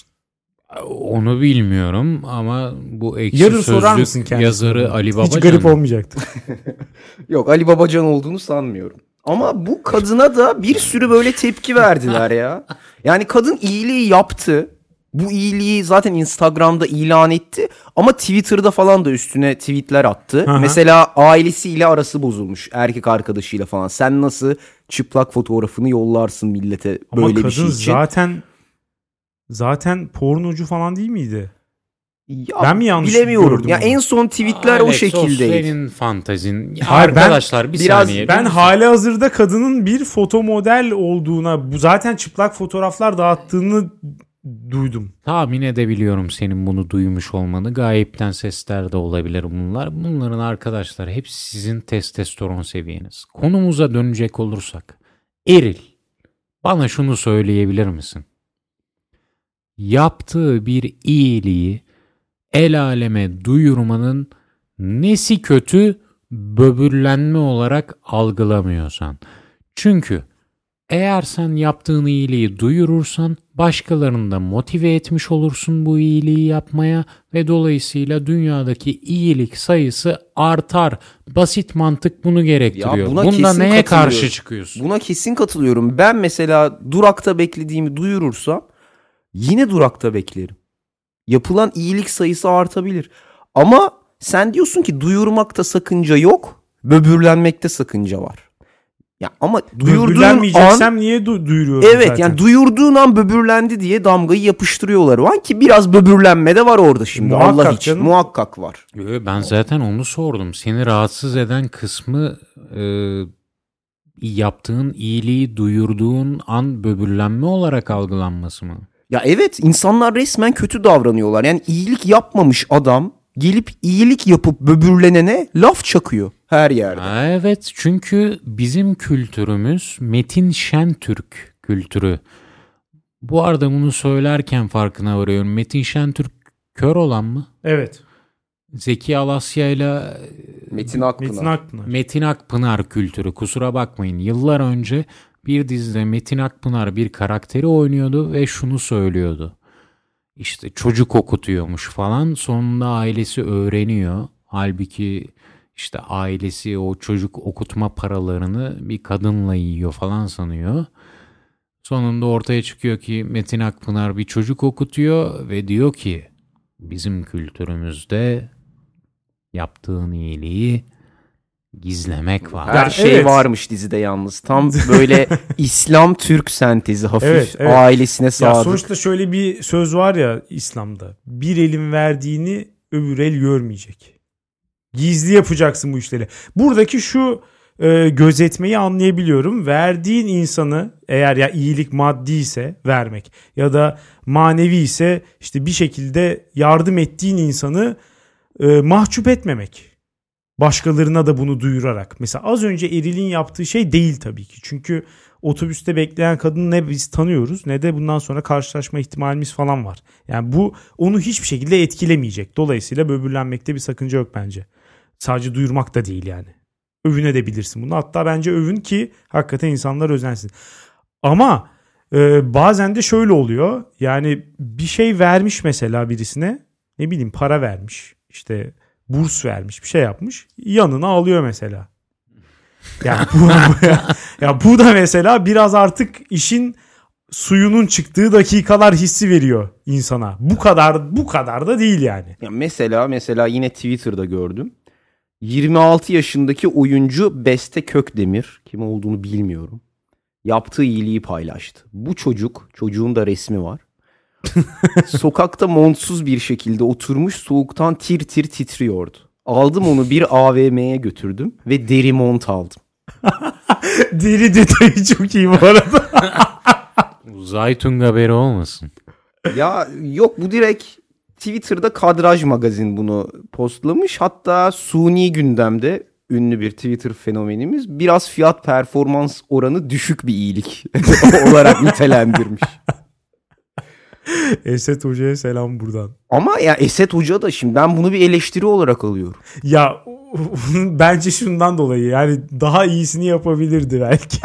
Onu bilmiyorum ama bu Ekşi Yarın sorar mısın Sözlük kendisine? yazarı Ali Babacan. Hiç garip olmayacaktı. Yok, Ali Babacan olduğunu sanmıyorum. Ama bu kadına da bir sürü böyle tepki verdiler ya. Yani kadın iyiliği yaptı. Bu iyiliği zaten Instagram'da ilan etti. Ama Twitter'da falan da üstüne tweetler attı. Aha. Mesela ailesiyle arası bozulmuş. Erkek arkadaşıyla falan. Sen nasıl çıplak fotoğrafını yollarsın millete böyle bir şey için? Ama kadın zaten zaten pornocu falan değil miydi? Ya, ben mi yanlış bilemiyorum. Ya onu? en son tweetler Alex, o şekildeydi. O senin fantezin. Ya Hayır, arkadaşlar ben, bir biraz, saniye. Ben hali hazırda kadının bir foto model olduğuna, bu zaten çıplak fotoğraflar dağıttığını duydum. Tahmin edebiliyorum senin bunu duymuş olmanı. Gayipten sesler de olabilir bunlar. Bunların arkadaşlar hepsi sizin testosteron seviyeniz. Konumuza dönecek olursak. Eril, bana şunu söyleyebilir misin? Yaptığı bir iyiliği el aleme duyurmanın nesi kötü böbürlenme olarak algılamıyorsan. Çünkü eğer sen yaptığın iyiliği duyurursan başkalarını da motive etmiş olursun bu iyiliği yapmaya ve dolayısıyla dünyadaki iyilik sayısı artar. Basit mantık bunu gerektiriyor. Ya buna Bunda kesin neye karşı katılıyorum. çıkıyorsun? Buna kesin katılıyorum. Ben mesela durakta beklediğimi duyurursam yine durakta beklerim. Yapılan iyilik sayısı artabilir. Ama sen diyorsun ki duyurmakta sakınca yok, böbürlenmekte sakınca var. Ya ama duyurduğun Böbürlenmeyeceksem an, niye du- duyuruyorum evet zaten? yani duyurduğun an böbürlendi diye damgayı yapıştırıyorlar. O an ki biraz böbürlenme de var orada şimdi. Muhakkak Allah için canım. muhakkak var. Ben zaten onu sordum. Seni rahatsız eden kısmı e, yaptığın iyiliği duyurduğun an böbürlenme olarak algılanması mı? Ya evet, insanlar resmen kötü davranıyorlar. Yani iyilik yapmamış adam gelip iyilik yapıp böbürlenene laf çakıyor her yerde. Ha, evet, çünkü bizim kültürümüz Metin Şentürk kültürü. Bu arada bunu söylerken farkına varıyorum. Metin Şentürk kör olan mı? Evet. Zeki Alasya ile Metin Akpınar. Metin Akpınar. Metin Akpınar kültürü. Kusura bakmayın. Yıllar önce bir dizide Metin Akpınar bir karakteri oynuyordu ve şunu söylüyordu. İşte çocuk okutuyormuş falan. Sonunda ailesi öğreniyor. Halbuki işte ailesi o çocuk okutma paralarını bir kadınla yiyor falan sanıyor. Sonunda ortaya çıkıyor ki Metin Akpınar bir çocuk okutuyor ve diyor ki bizim kültürümüzde yaptığın iyiliği gizlemek var. Her Ya şey evet. varmış dizide yalnız. Tam böyle İslam Türk sentezi, hafif Evet, evet. ailesine Ya sadık. sonuçta şöyle bir söz var ya İslam'da. Bir elin verdiğini öbür el görmeyecek. Gizli yapacaksın bu işleri. Buradaki şu e, gözetmeyi anlayabiliyorum. Verdiğin insanı, eğer ya iyilik maddi ise vermek ya da manevi ise işte bir şekilde yardım ettiğin insanı e, mahcup etmemek. Başkalarına da bunu duyurarak. Mesela az önce Eril'in yaptığı şey değil tabii ki. Çünkü otobüste bekleyen kadını ne biz tanıyoruz ne de bundan sonra karşılaşma ihtimalimiz falan var. Yani bu onu hiçbir şekilde etkilemeyecek. Dolayısıyla böbürlenmekte bir sakınca yok bence. Sadece duyurmak da değil yani. Övünebilirsin bunu. Hatta bence övün ki hakikaten insanlar özensin. Ama e, bazen de şöyle oluyor. Yani bir şey vermiş mesela birisine. Ne bileyim para vermiş. İşte burs vermiş, bir şey yapmış. Yanına alıyor mesela. Yani bu, ya bu da mesela biraz artık işin suyunun çıktığı dakikalar hissi veriyor insana. Bu kadar bu kadar da değil yani. Ya mesela mesela yine Twitter'da gördüm. yirmi altı yaşındaki oyuncu Beste Kökdemir, kim olduğunu bilmiyorum, yaptığı iyiliği paylaştı. Bu çocuk, çocuğun da resmi var. Sokakta montsuz bir şekilde oturmuş, soğuktan tir tir titriyordu. Aldım onu bir A V M'ye götürdüm ve deri mont aldım. Deri detayı çok iyi bu arada. Zaytun haberi olmasın. Ya yok, bu direkt Twitter'da Kadraj Magazin bunu postlamış. Hatta Suni Gündem'de, ünlü bir Twitter fenomenimiz, biraz fiyat performans oranı düşük bir iyilik olarak nitelendirmiş. Esat Hoca'ya selam buradan. Ama ya Esat Hoca da, şimdi ben bunu bir eleştiri olarak alıyorum. Ya bence şundan dolayı, yani daha iyisini yapabilirdi belki.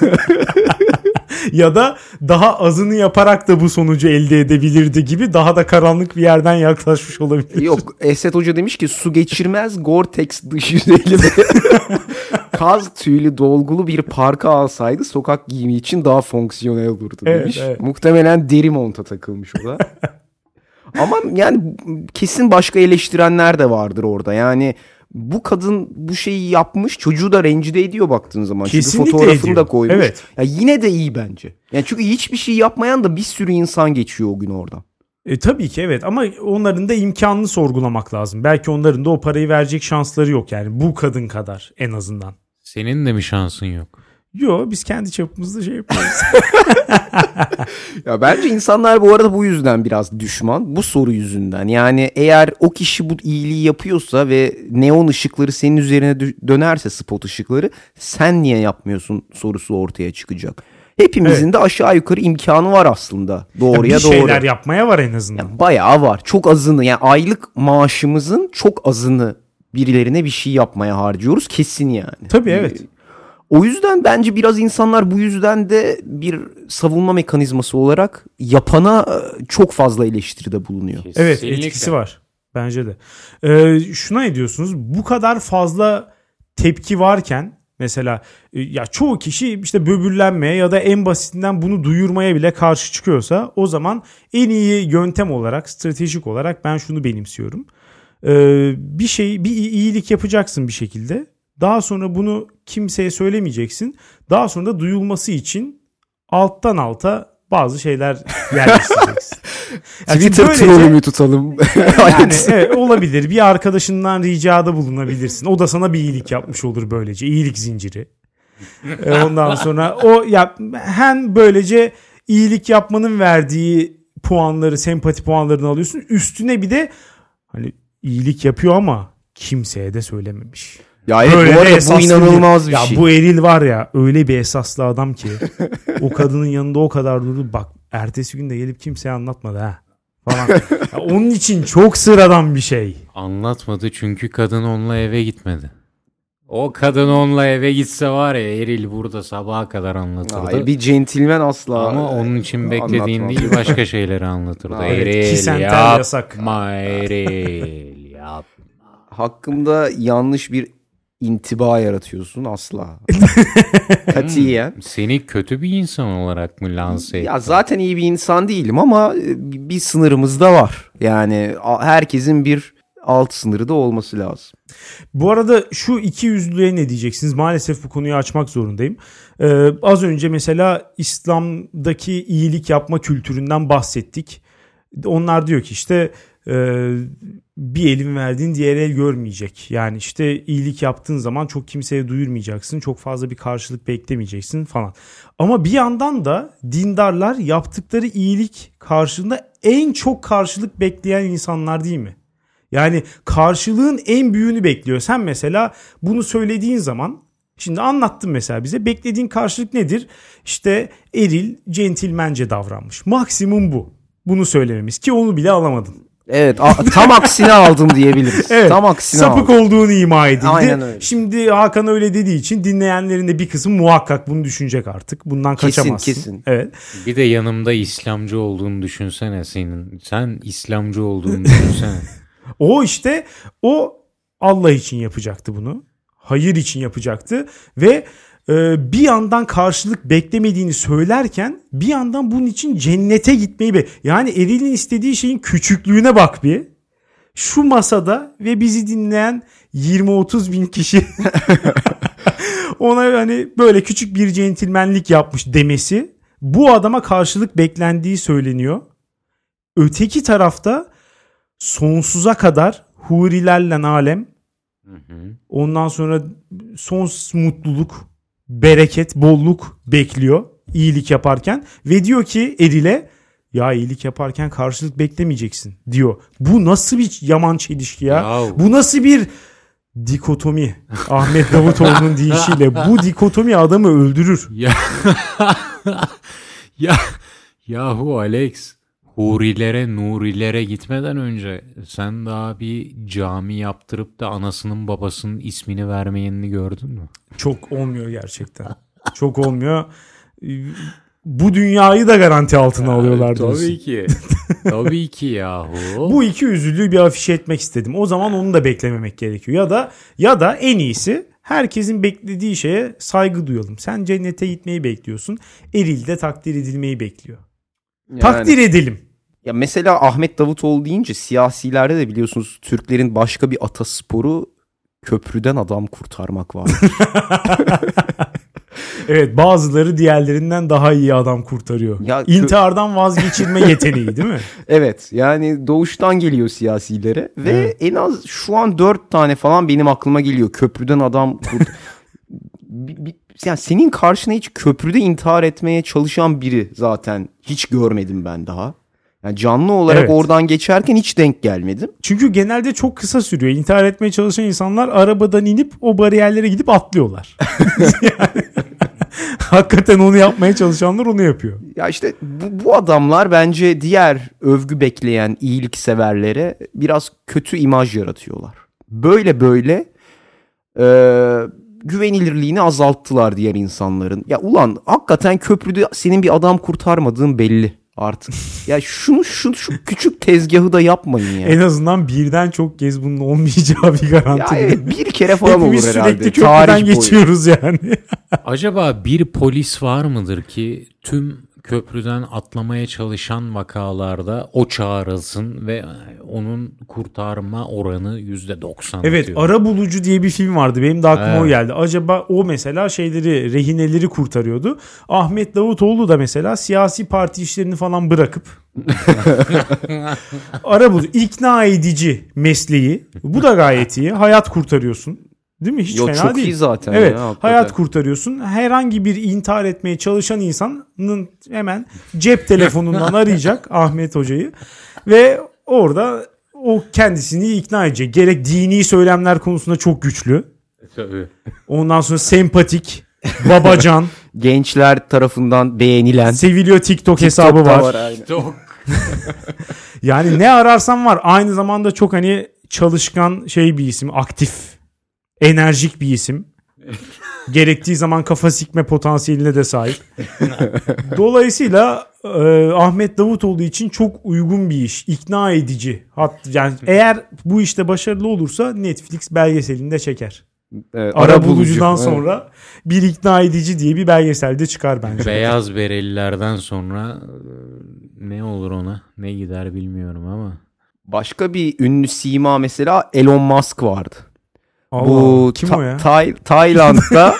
Ya da daha azını yaparak da bu sonucu elde edebilirdi gibi, daha da karanlık bir yerden yaklaşmış olabilir. Yok, Esat Hoca demiş ki su geçirmez Gore-Tex dış yüzeyli ve kaz tüylü dolgulu bir parka alsaydı sokak giyimi için daha fonksiyonel olurdu demiş. Evet, evet. Muhtemelen deri monta takılmış o da. Ama yani kesin başka eleştirenler de vardır orada. Yani bu kadın bu şeyi yapmış, çocuğu da rencide ediyor baktığın zaman. Kesinlikle çünkü fotoğrafını ediyor. da koymuş. Evet. Ya yine de iyi bence. Yani çünkü hiçbir şey yapmayan da bir sürü insan geçiyor o gün oradan. E, tabii ki evet, ama onların da imkanını sorgulamak lazım. Belki onların da o parayı verecek şansları yok yani bu kadın kadar en azından. Senin de mi şansın yok? Yo, biz kendi çapımızda şey yapıyoruz. Ya bence insanlar bu arada bu yüzden biraz düşman. Bu soru yüzünden. Yani eğer o kişi bu iyiliği yapıyorsa ve neon ışıkları senin üzerine dönerse, spot ışıkları, sen niye yapmıyorsun sorusu ortaya çıkacak. Hepimizin evet. de aşağı yukarı imkanı var aslında. Doğruya ya doğru. Bir şeyler yapmaya var en azından. Yani bayağı var. Çok azını, yani aylık maaşımızın çok azını birilerine bir şey yapmaya harcıyoruz kesin yani. Tabii evet. O yüzden bence biraz insanlar bu yüzden de bir savunma mekanizması olarak yapana çok fazla eleştiride bulunuyor. Kesinlikle. Evet, etkisi var bence de. Ee, şuna ne diyorsunuz? Bu kadar fazla tepki varken mesela ya çoğu kişi işte böbürlenmeye ya da en basitinden bunu duyurmaya bile karşı çıkıyorsa, o zaman en iyi yöntem olarak, stratejik olarak ben şunu benimsiyorum. Ee, bir şey, bir iyilik yapacaksın bir şekilde. Daha sonra bunu kimseye söylemeyeceksin. Daha sonra da duyulması için alttan alta bazı şeyler yerleştireceksin. Yani Twitter trollümü tutalım. Yani evet, olabilir. Bir arkadaşından ricada bulunabilirsin. O da sana bir iyilik yapmış olur böylece. İyilik zinciri. Ondan sonra o ya hem böylece iyilik yapmanın verdiği puanları, sempati puanlarını alıyorsun. Üstüne bir de hani iyilik yapıyor ama kimseye de söylememiş. Ya evet, bu arada bu inanılmaz bir ya şey. Bu Eril var ya, öyle bir esaslı adam ki o kadının yanında o kadar durdu. Bak ertesi gün de gelip kimseye anlatmadı ha falan. Ya onun için çok sıradan bir şey. Anlatmadı çünkü kadın onunla eve gitmedi. O kadın onunla eve gitse var ya, Eril burada sabaha kadar anlatırdı. Hayır, bir centilmen asla. Ama onun için beklediğin değil, başka şeyleri anlatırdı. Evet, Eril yapma, Eril yapma. Hakkımda yanlış bir intiba yaratıyorsun asla. Katiyen. Seni kötü bir insan olarak mı lanse ettin? Ya zaten iyi bir insan değilim ama bir sınırımız da var. Yani herkesin bir alt sınırı da olması lazım. Bu arada şu iki yüzlüğe ne diyeceksiniz? Maalesef bu konuyu açmak zorundayım. Ee, az önce mesela İslam'daki iyilik yapma kültüründen bahsettik. Onlar diyor ki işte e, bir elin verdiğin diğer el görmeyecek. Yani işte iyilik yaptığın zaman çok kimseye duyurmayacaksın. Çok fazla bir karşılık beklemeyeceksin falan. Ama bir yandan da dindarlar yaptıkları iyilik karşılığında en çok karşılık bekleyen insanlar değil mi? Yani karşılığın en büyüğünü bekliyor. Sen mesela bunu söylediğin zaman, şimdi anlattın mesela bize, beklediğin karşılık nedir? İşte Eril centilmence davranmış. Maksimum bu. Bunu söylememiz, ki onu bile alamadın. Evet, a- tam aksine aldım diyebiliriz. Evet, tam aksine sapık aldım. olduğunu ima edildi. Aynen öyle. Şimdi Hakan öyle dediği için dinleyenlerin de bir kısmı muhakkak bunu düşünecek artık. Bundan kesin, kaçamazsın. Kesin. Evet. Bir de yanımda İslamcı olduğunu düşünsene senin. Sen İslamcı olduğunu düşünsene. O işte o Allah için yapacaktı bunu. Hayır için yapacaktı ve e, bir yandan karşılık beklemediğini söylerken bir yandan bunun için cennete gitmeyi be. Yani Eril'in istediği şeyin küçüklüğüne bak bir. Şu masada ve bizi dinleyen yirmi otuz bin kişi ona hani böyle küçük bir centilmenlik yapmış demesi, bu adama karşılık beklendiği söyleniyor. Öteki tarafta sonsuza kadar hurilerle alem, hı hı. Ondan sonra sonsuz mutluluk, bereket, bolluk bekliyor iyilik yaparken ve diyor ki Eril'e, ya iyilik yaparken karşılık beklemeyeceksin diyor. Bu nasıl bir yaman çelişki ya? ya. Bu nasıl bir dikotomi? Ahmet Davutoğlu'nun deyişiyle bu dikotomi adamı öldürür. Ya ya yahu Alex, hurilere, nurilere gitmeden önce sen daha bir cami yaptırıp da anasının babasının ismini vermeyenini gördün mü? Çok olmuyor gerçekten. Çok olmuyor. Bu dünyayı da garanti altına yani, alıyorlar diyorsun. Tabii ki. Tabii ki yahu. Bu iki yüzlülüğü bir afişe etmek istedim. O zaman onu da beklememek gerekiyor. Ya da ya da en iyisi herkesin beklediği şeye saygı duyalım. Sen cennete gitmeyi bekliyorsun. Eril de takdir edilmeyi bekliyor. Yani, takdir edelim. Ya mesela Ahmet Davutoğlu deyince siyasilerde de biliyorsunuz Türklerin başka bir atasporu köprüden adam kurtarmak var. Evet, bazıları diğerlerinden daha iyi adam kurtarıyor. Ya, İntihardan vazgeçirme yeteneği değil mi? Evet, yani doğuştan geliyor siyasilere ve evet. En az şu an dört tane falan benim aklıma geliyor. Köprüden adam kurt... yani senin karşına hiç köprüde intihar etmeye çalışan biri zaten hiç görmedim ben daha. Yani canlı olarak evet. Oradan geçerken hiç denk gelmedim. Çünkü genelde çok kısa sürüyor. İntihar etmeye çalışan insanlar arabadan inip o bariyerlere gidip atlıyorlar. Yani, hakikaten onu yapmaya çalışanlar onu yapıyor. Ya işte bu, bu adamlar bence diğer övgü bekleyen iyilikseverlere biraz kötü imaj yaratıyorlar. Böyle böyle e, güvenilirliğini azalttılar diğer insanların. Ya ulan hakikaten köprüde senin bir adam kurtarmadığın belli. Artık. Ya şunu şu, şu küçük tezgahı da yapmayın ya. En azından birden çok kez bunun olmayacağı bir garanti. Ya evet, bir kere falan hepimiz olur herhalde. Hepimiz sürekli köprüden geçiyoruz yani. Acaba bir polis var mıdır ki tüm köprüden atlamaya çalışan vakalarda o çağrılsın ve onun kurtarma oranı yüzde doksan Evet, atıyor. Arabulucu diye bir film vardı. Benim de aklıma evet. O geldi. Acaba o mesela şeyleri, rehineleri kurtarıyordu. Ahmet Davutoğlu da mesela siyasi parti işlerini falan bırakıp arabulucu, ikna edici mesleği. Bu da gayet iyi. Hayat kurtarıyorsun. Değil mi? Hiç Yo, fena çok değil. Çok iyi zaten. Evet. Ya, hayat kurtarıyorsun. Herhangi bir intihar etmeye çalışan insanın hemen cep telefonundan arayacak Ahmet Hoca'yı ve orada o kendisini ikna edecek. Gerek dini söylemler konusunda çok güçlü. Tabii. Ondan sonra sempatik, babacan. Gençler tarafından beğenilen. Seviliyor TikTok TikTok'ta hesabı var. var TikTok. Yani ne ararsan var. Aynı zamanda çok hani çalışkan şey bir isim. Aktif. Enerjik bir isim. Gerektiği zaman kafa sikme potansiyeline de sahip. Dolayısıyla e, Ahmet Davutoğlu için çok uygun bir iş. İkna edici. Hat, yani eğer bu işte başarılı olursa Netflix belgeselinde çeker. Evet, Arabulucudan sonra evet. Bir ikna edici diye bir belgeselde çıkar bence. Beyaz berelilerden sonra ne olur ona? Ne gider bilmiyorum ama. Başka bir ünlü sima mesela Elon Musk vardı. Allah, bu kim ta- o ya? Tay- Tayland'da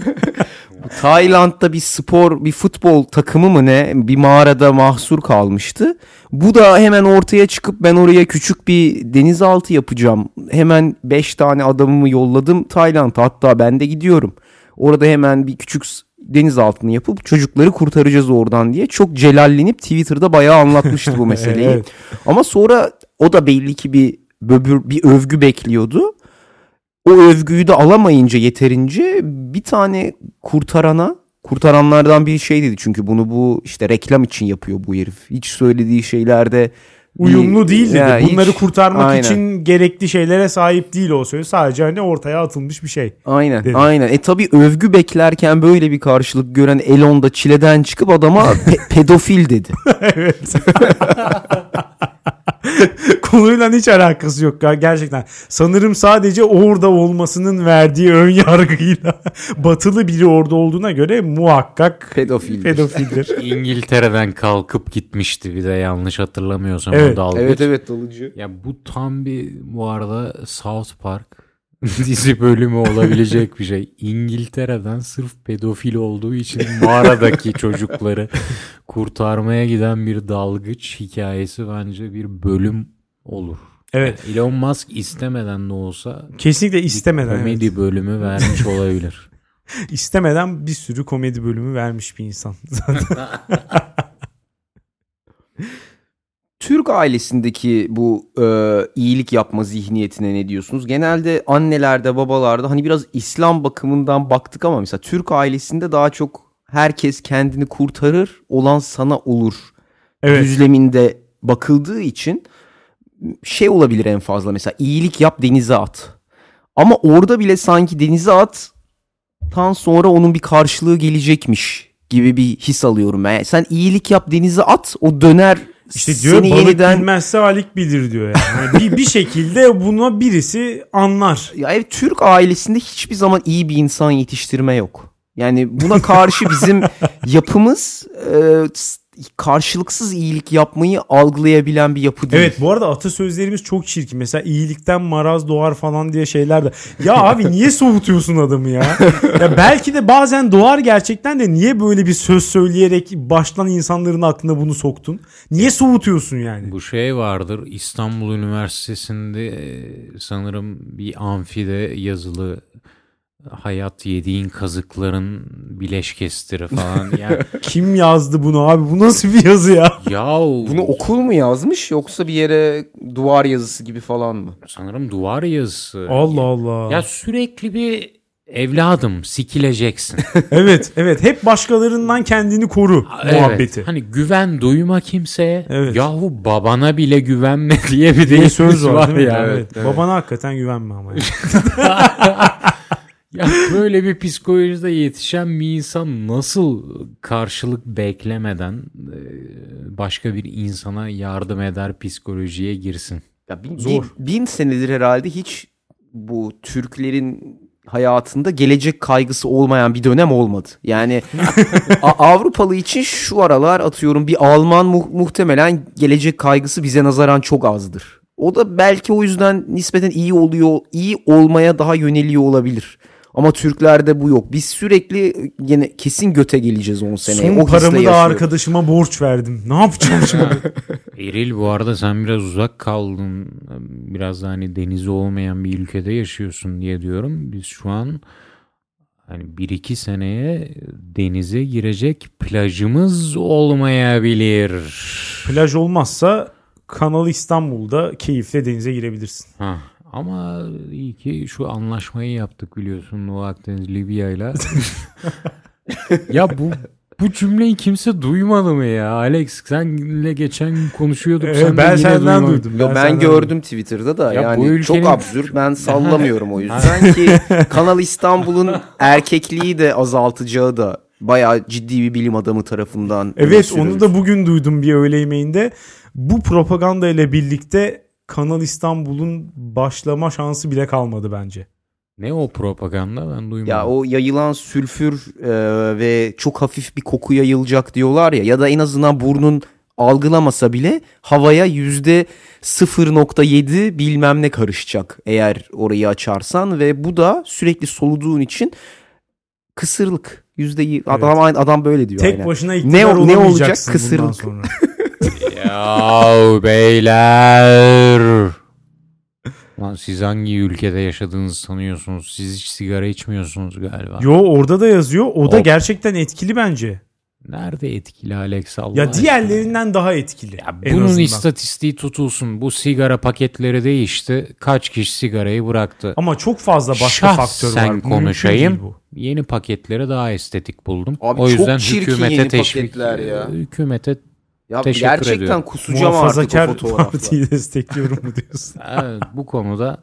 Tayland'da bir spor, bir futbol takımı mı ne bir mağarada mahsur kalmıştı. Bu da hemen ortaya çıkıp ben oraya küçük bir denizaltı yapacağım. Hemen beş tane adamımı yolladım Tayland'a, hatta ben de gidiyorum. Orada hemen bir küçük denizaltını yapıp çocukları kurtaracağız oradan diye çok celallenip Twitter'da bayağı anlatmıştı bu meseleyi. Evet. Ama sonra o da belli ki bir böbür, bir övgü bekliyordu. O övgüyü de alamayınca yeterince bir tane kurtarana, kurtaranlardan bir şey dedi. Çünkü bunu bu işte reklam için yapıyor bu herif. Hiç söylediği şeylerde uyumlu değil dedi. Yani bunları hiç, kurtarmak aynen. için gerekli şeylere sahip değil o söz. Sadece hani ortaya atılmış bir şey. Aynen dedi. Aynen. E tabii övgü beklerken böyle bir karşılık gören Elon da çileden çıkıp adama pe- pedofil dedi. Evet. Konuyla hiç alakası yok gerçekten. Sanırım sadece orada olmasının verdiği ön yargıyla batılı biri orada olduğuna göre muhakkak pedofildir. pedofildir. İngiltere'den kalkıp gitmişti bir de yanlış hatırlamıyorsam evet. o dalgıç. Evet evet dalıcı. Ya bu tam bir bu arada South Park dizi bölümü olabilecek bir şey. İngiltere'den sırf pedofil olduğu için mağaradaki çocukları kurtarmaya giden bir dalgıç hikayesi bence bir bölüm olur. Evet. Yani Elon Musk istemeden de olsa kesinlikle istemeden komedi evet. bölümü vermiş olabilir. İstemeden bir sürü komedi bölümü vermiş bir insan zaten. Türk ailesindeki bu e, iyilik yapma zihniyetine ne diyorsunuz? Genelde annelerde, babalarda hani biraz İslam bakımından baktık ama mesela Türk ailesinde daha çok herkes kendini kurtarır, olan sana olur. Evet. Düzleminde bakıldığı için şey olabilir en fazla, mesela iyilik yap denize at. Ama orada bile sanki denize at tan sonra onun bir karşılığı gelecekmiş gibi bir his alıyorum ben. Yani sen iyilik yap denize at, o döner. İşte diyor balık yeniden... bilmezse alik bilir diyor yani. yani bir, bir şekilde buna birisi anlar. Ya evet, Türk ailesinde hiçbir zaman iyi bir insan yetiştirme yok. Yani buna karşı bizim yapımız e, karşılıksız iyilik yapmayı algılayabilen bir yapı değil. Evet, bu arada atasözlerimiz çok çirkin. Mesela iyilikten maraz doğar falan diye şeyler de. Ya abi niye soğutuyorsun adamı ya? Ya belki de bazen doğar gerçekten de niye böyle bir söz söyleyerek baştan insanların aklına bunu soktun? Niye soğutuyorsun yani? Bu şey vardır, İstanbul Üniversitesi'nde sanırım bir amfide yazılı, hayat yediğin kazıkların bileşkesidir falan. Yani... Kim yazdı bunu abi? Bu nasıl bir yazı ya? Ya bunu okul mu yazmış yoksa bir yere duvar yazısı gibi falan mı? Sanırım duvar yazısı. Allah Allah. Ya sürekli bir evladım sikileceksin. Evet, evet. Hep başkalarından kendini koru evet, muhabbeti. Hani güven duyma kimseye. Evet. Yahu babana bile güvenme diye bir de söz var, var ya. Evet, evet. Babana hakikaten güvenme ama. Yani. Ya böyle bir psikolojide yetişen bir insan nasıl karşılık beklemeden başka bir insana yardım eder, psikolojiye girsin? Ya bin, Zor. Bin, bin senedir herhalde hiç bu Türklerin hayatında gelecek kaygısı olmayan bir dönem olmadı. Yani Avrupalı için şu aralar atıyorum bir Alman mu- muhtemelen gelecek kaygısı bize nazaran çok azdır. O da belki o yüzden nispeten iyi oluyor, iyi olmaya daha yöneliyor olabilir. Ama Türklerde bu yok. Biz sürekli yine kesin göte geleceğiz on seneye. Son o paramı da arkadaşıma borç verdim. Ne yapacağım şimdi? Eril, bu arada sen biraz uzak kaldın. Biraz da hani denizi olmayan bir ülkede yaşıyorsun diye diyorum. Biz şu an hani bir iki seneye denize girecek plajımız olmayabilir. Plaj olmazsa Kanal İstanbul'da keyifle denize girebilirsin. Ha. Ama iyi ki şu anlaşmayı yaptık biliyorsun Doğu Akdeniz Libya'yla. Ya bu bu cümleyi kimse duymadı mı ya? Alex senle geçen gün konuşuyorduk. Evet, sen ben de senden duymadın. duydum. Yo, ben, ben gördüm duydum. Twitter'da da. Ya yani ülkenin... çok absürt. Ben sallamıyorum o yüzden ki Kanal İstanbul'un erkekliği de azaltacağı da bayağı ciddi bir bilim adamı tarafından. Evet, onu da bugün duydum bir öğle yemeğinde. Bu propaganda ile birlikte Kanal İstanbul'un başlama şansı bile kalmadı bence. Ne o propaganda, ben duymadım. Ya o yayılan sülfür e, ve çok hafif bir koku yayılacak diyorlar ya, ya da en azından burnun algılamasa bile havaya yüzde sıfır nokta yedi bilmem ne karışacak eğer orayı açarsan ve bu da sürekli soluduğun için kısırlık. Yüzde evet. adam adam böyle diyor. Tek aynen. başına iktidar ne, ne olacak? Kısırlık. Yahu beyler. Lan siz hangi ülkede yaşadığınızı sanıyorsunuz? Siz hiç sigara içmiyorsunuz galiba. Yo, orada da yazıyor. O da o... gerçekten etkili bence. Nerede etkili Alex, Allah Ya aşkına? Diğerlerinden daha etkili. Ya bunun azından istatistiği tutulsun. Bu sigara paketleri değişti. Kaç kişi sigarayı bıraktı? Ama çok fazla başka Şahsen faktör var. Şahsen konuşayım. Bu. Yeni paketleri daha estetik buldum. Abi o yüzden çok hükümete teşvik ya. Hükümete ya teşekkür gerçekten ediyorum. kusacağım artık o fotoğrafla. Partiyi destekliyorum mu diyorsun? Evet, bu konuda.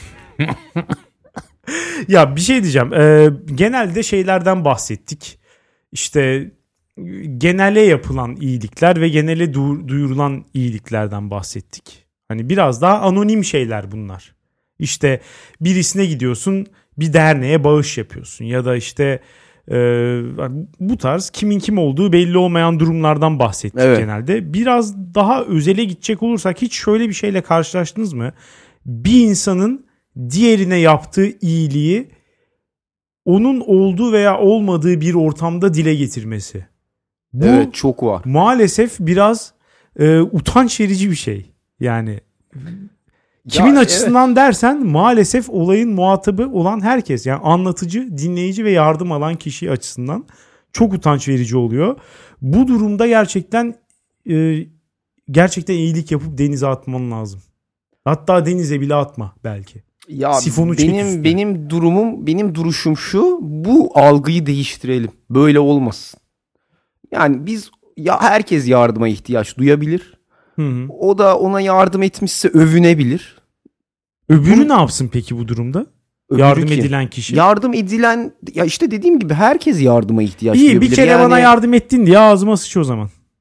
Ya bir şey diyeceğim. Ee, genelde şeylerden bahsettik. İşte genele yapılan iyilikler ve genele duyurulan iyiliklerden bahsettik. Hani biraz daha anonim şeyler bunlar. İşte birisine gidiyorsun, bir derneğe bağış yapıyorsun ya da işte e, bu tarz kimin kim olduğu belli olmayan durumlardan bahsettik evet. Genelde. Biraz daha özele gidecek olursak hiç şöyle bir şeyle karşılaştınız mı? Bir insanın diğerine yaptığı iyiliği onun olduğu veya olmadığı bir ortamda dile getirmesi. Bu evet, çok var. Maalesef biraz e, utanç verici bir şey. Yani kimin ya, açısından evet. dersen maalesef olayın muhatabı olan herkes. Yani anlatıcı, dinleyici ve yardım alan kişi açısından çok utanç verici oluyor. Bu durumda gerçekten e, gerçekten iyilik yapıp denize atman lazım. Hatta denize bile atma belki. Ya Sifonu benim benim durumum, benim duruşum şu: bu algıyı değiştirelim. Böyle olmasın. Yani biz ya herkes yardıma ihtiyaç duyabilir. Hı hı. O da ona yardım etmişse övünebilir. Öbürü Bunu, ne yapsın peki bu durumda? Yardım ki, edilen kişi. Yardım edilen, ya işte dediğim gibi herkes yardıma ihtiyaç İyi, duyabilir. İyi, bir kere yani... bana yardım ettin diye ağzıma sıç o zaman.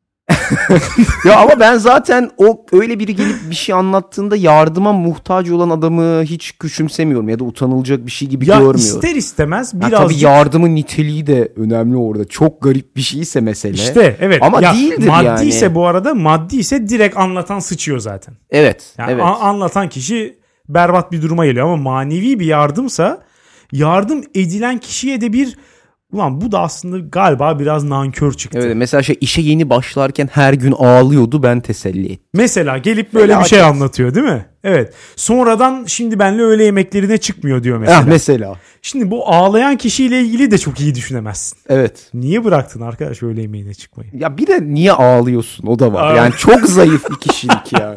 Ya ama ben zaten o öyle biri gelip bir şey anlattığında yardıma muhtaç olan adamı hiç küçümsemiyorum ya da utanılacak bir şey gibi ya görmüyorum. İster istemez birazcık... birazcık... Tabii yardımın niteliği de önemli orada. Çok garip bir şeyse mesele. İşte evet. Ama ya, değildir maddi yani. ise bu arada maddi ise direkt anlatan sıçıyor zaten. Evet. Yani evet. a- anlatan kişi berbat bir duruma geliyor ama manevi bir yardımsa yardım edilen kişiye de bir ulan bu da aslında galiba biraz nankör çıktı. Evet, mesela şey işe yeni başlarken her gün ağlıyordu, ben teselli ettim. Mesela gelip böyle Felaket. bir şey anlatıyor değil mi? Evet. Sonradan şimdi benle öğle yemeklerine çıkmıyor diyor mesela. Ah, mesela. Şimdi bu ağlayan kişiyle ilgili de çok iyi düşünemezsin. Evet. Niye bıraktın arkadaş öğle yemeğine çıkmayı? Ya bir de niye ağlıyorsun, o da var. Aa. Yani çok zayıf bir kişilik yani.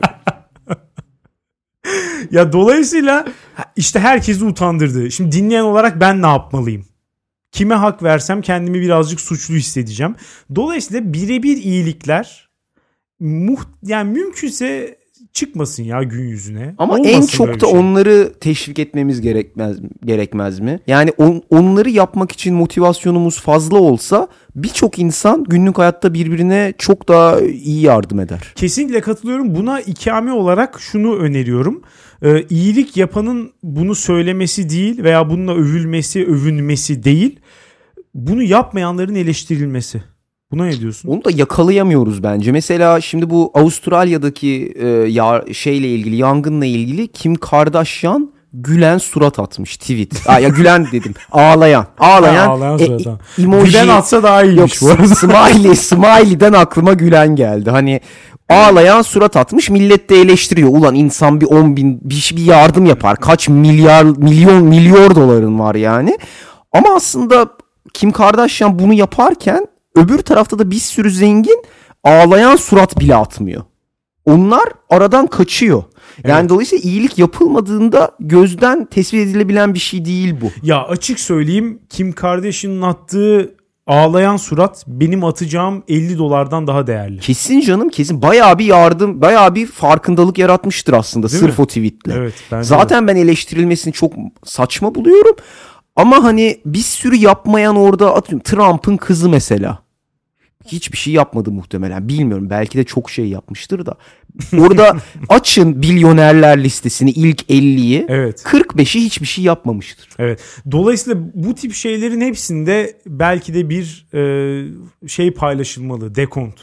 Ya dolayısıyla işte herkesi utandırdı. Şimdi dinleyen olarak ben ne yapmalıyım? Kime hak versem kendimi birazcık suçlu hissedeceğim. Dolayısıyla birebir iyilikler muht yani mümkünse çıkmasın ya gün yüzüne. Ama Olmasın en çok da şey. onları teşvik etmemiz gerekmez gerekmez mi? Yani on, onları yapmak için motivasyonumuz fazla olsa birçok insan günlük hayatta birbirine çok daha iyi yardım eder. Kesinlikle katılıyorum. Buna ikame olarak şunu öneriyorum. Ee, iyilik yapanın bunu söylemesi değil veya bununla övülmesi, övünmesi değil. Bunu yapmayanların eleştirilmesi. Buna ne diyorsun? Onu da yakalayamıyoruz bence. Mesela şimdi bu Avustralya'daki e, ya, şeyle ilgili, yangınla ilgili Kim Kardashian gülen surat atmış tweet. Aa, ya gülen dedim. Ağlayan. Ağlayan. Ha, ağlayan e, surat. E, emoji. Gülen atsa daha iyiymiş Yok, bu arada. smiley, smiley'den aklıma gülen geldi. Hani ağlayan surat atmış, millet de eleştiriyor. Ulan insan bir on bin bir, bir yardım yapar. Kaç milyar milyon milyon doların var yani. Ama aslında Kim Kardashian bunu yaparken öbür tarafta da bir sürü zengin ağlayan surat bile atmıyor. Onlar aradan kaçıyor. Yani evet. Dolayısıyla iyilik yapılmadığında gözden tespit edilebilen bir şey değil bu. Ya açık söyleyeyim, Kim Kardashian'ın attığı ağlayan surat benim atacağım elli dolardan daha değerli. Kesin canım, kesin. Bayağı bir yardım, bayağı bir farkındalık yaratmıştır aslında. Değil sırf mi? O tweetle. Evet, zaten de. Ben eleştirilmesini çok saçma buluyorum. Ama hani bir sürü yapmayan orada, atıyorum Trump'ın kızı mesela. Hiçbir şey yapmadı muhtemelen. Bilmiyorum. Belki de çok şey yapmıştır da. Orada açın milyonerler listesini, ilk elliyi. Evet. kırk beşi hiçbir şey yapmamıştır. Evet. Dolayısıyla bu tip şeylerin hepsinde belki de bir e, şey paylaşılmalı. Dekont.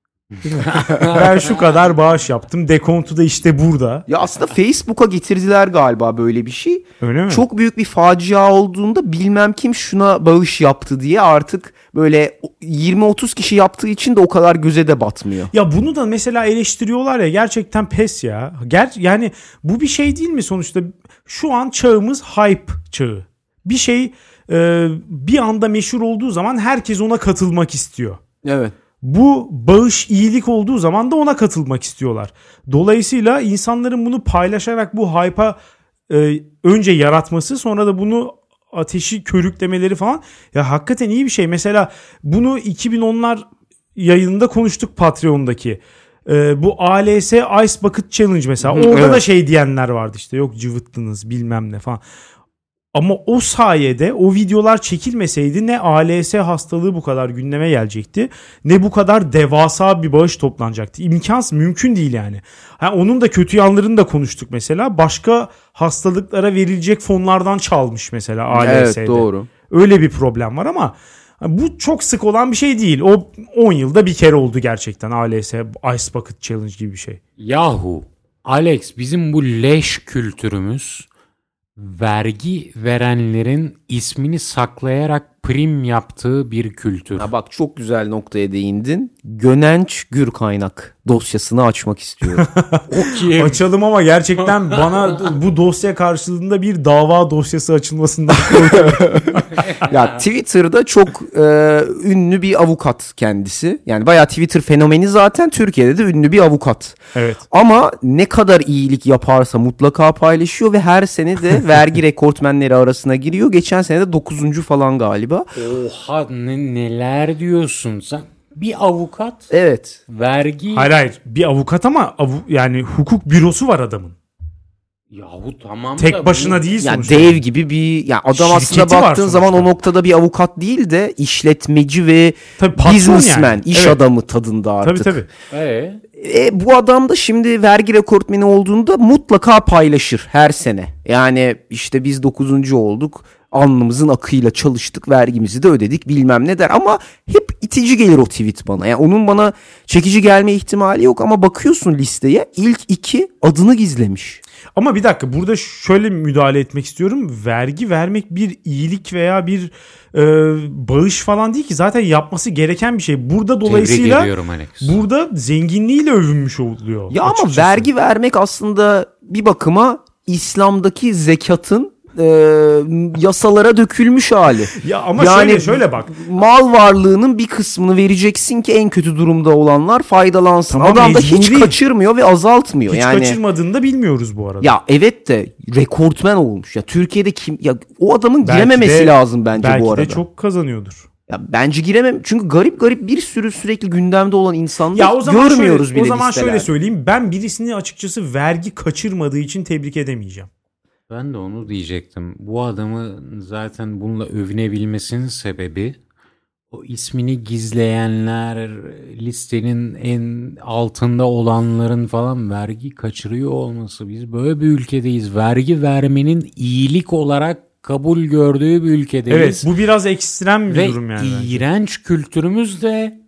Ben şu kadar bağış yaptım. Dekontu da işte burada. Ya aslında Facebook'a getirdiler galiba böyle bir şey. Öyle mi? Çok büyük bir facia olduğunda bilmem kim şuna bağış yaptı diye artık böyle yirmi otuz kişi yaptığı için de o kadar göze de batmıyor. Ya bunu da mesela eleştiriyorlar ya, gerçekten pes ya. Ger yani bu bir şey değil mi sonuçta? Şu an çağımız hype çağı. Bir şey e, bir anda meşhur olduğu zaman herkes ona katılmak istiyor. Evet. Bu bağış iyilik olduğu zaman da ona katılmak istiyorlar. Dolayısıyla insanların bunu paylaşarak bu hype'a e, önce yaratması, sonra da bunu ateşi körüklemeleri falan ya hakikaten iyi bir şey. Mesela bunu iki bin onlar yayınında konuştuk Patreon'daki. E, bu A L S Ice Bucket Challenge mesela. Orada evet. da şey diyenler vardı işte, yok cıvıttınız bilmem ne falan. Ama o sayede o videolar çekilmeseydi ne A L S hastalığı bu kadar gündeme gelecekti, ne bu kadar devasa bir bağış toplanacaktı. İmkansız, mümkün değil yani. Ha, onun da kötü yanlarını da konuştuk mesela. Başka hastalıklara verilecek fonlardan çalmış mesela A L S'de. Evet, doğru. Öyle bir problem var ama bu çok sık olan bir şey değil. O on yılda bir kere oldu gerçekten A L S Ice Bucket Challenge gibi bir şey. Yahu Alex, bizim bu leş kültürümüz vergi verenlerin ismini saklayarak prim yaptığı bir kültür. Ha bak, çok güzel noktaya değindin. Gönenç Gür Kaynak dosyasını açmak istiyorum. Okay. Açalım ama gerçekten bana bu dosya karşılığında bir dava dosyası açılmasından korkuyorum. Ya Twitter'da çok e, ünlü bir avukat kendisi. Yani bayağı Twitter fenomeni zaten, Türkiye'de de ünlü bir avukat. Evet. Ama ne kadar iyilik yaparsa mutlaka paylaşıyor ve her sene de vergi rekortmenleri arasına giriyor. Geçen sene de dokuzuncu falan galiba. Oha, ne, neler diyorsun sen? Bir avukat. Evet. Vergi. Hayır hayır, bir avukat ama avu, yani hukuk bürosu var adamın. Yahu tamam Tek da başına bu... değil Yani sonuçta. dev gibi bir yani adam Şirketi aslında var baktığın zaman sonuçta. o noktada bir avukat değil de işletmeci ve Tabii patron businessman, yani. iş Evet. adamı tadında artık. Tabii tabii. Ee? E, bu adam da şimdi vergi rekortmeni olduğunda mutlaka paylaşır her sene. Yani işte biz dokuzuncu olduk. Alnımızın akıyla çalıştık, vergimizi de ödedik bilmem ne der ama hep itici gelir o tweet bana. Yani onun bana çekici gelme ihtimali yok ama bakıyorsun listeye ilk iki adını gizlemiş. Ama bir dakika, burada şöyle müdahale etmek istiyorum. Vergi vermek bir iyilik veya bir e, bağış falan değil ki. Zaten yapması gereken bir şey. Burada dolayısıyla Tebrik ediyorum Alex. burada zenginliğiyle övünmüş oluyor. Ya açıkçası. ama vergi vermek aslında bir bakıma İslam'daki zekatın e, yasalara dökülmüş hali. Ya ama Yani şöyle şöyle bak. Mal varlığının bir kısmını vereceksin ki en kötü durumda olanlar faydalansın. Tamam, Adam da hiç mecburi. kaçırmıyor ve azaltmıyor. Hiç yani kaçırmadığını da bilmiyoruz bu arada. Ya evet de rekortmen olmuş. Ya Türkiye'de kim ya o adamın Belki girememesi de- lazım bence Belki bu arada. de çok kazanıyordur. Ya bence giremem. Çünkü garip garip bir sürü sürekli gündemde olan insanları Ya o zaman görmüyoruz şöyle, bile o zaman listelerde. şöyle söyleyeyim. Ben birisini açıkçası vergi kaçırmadığı için tebrik edemeyeceğim. Ben de onu diyecektim. Bu adamı zaten bununla övünebilmesinin sebebi o ismini gizleyenler, listenin en altında olanların falan vergi kaçırıyor olması. Biz böyle bir ülkedeyiz. Vergi vermenin iyilik olarak kabul gördüğü bir ülkedeyiz. Evet, bu biraz ekstrem bir Ve durum yani. bence. iğrenç kültürümüz de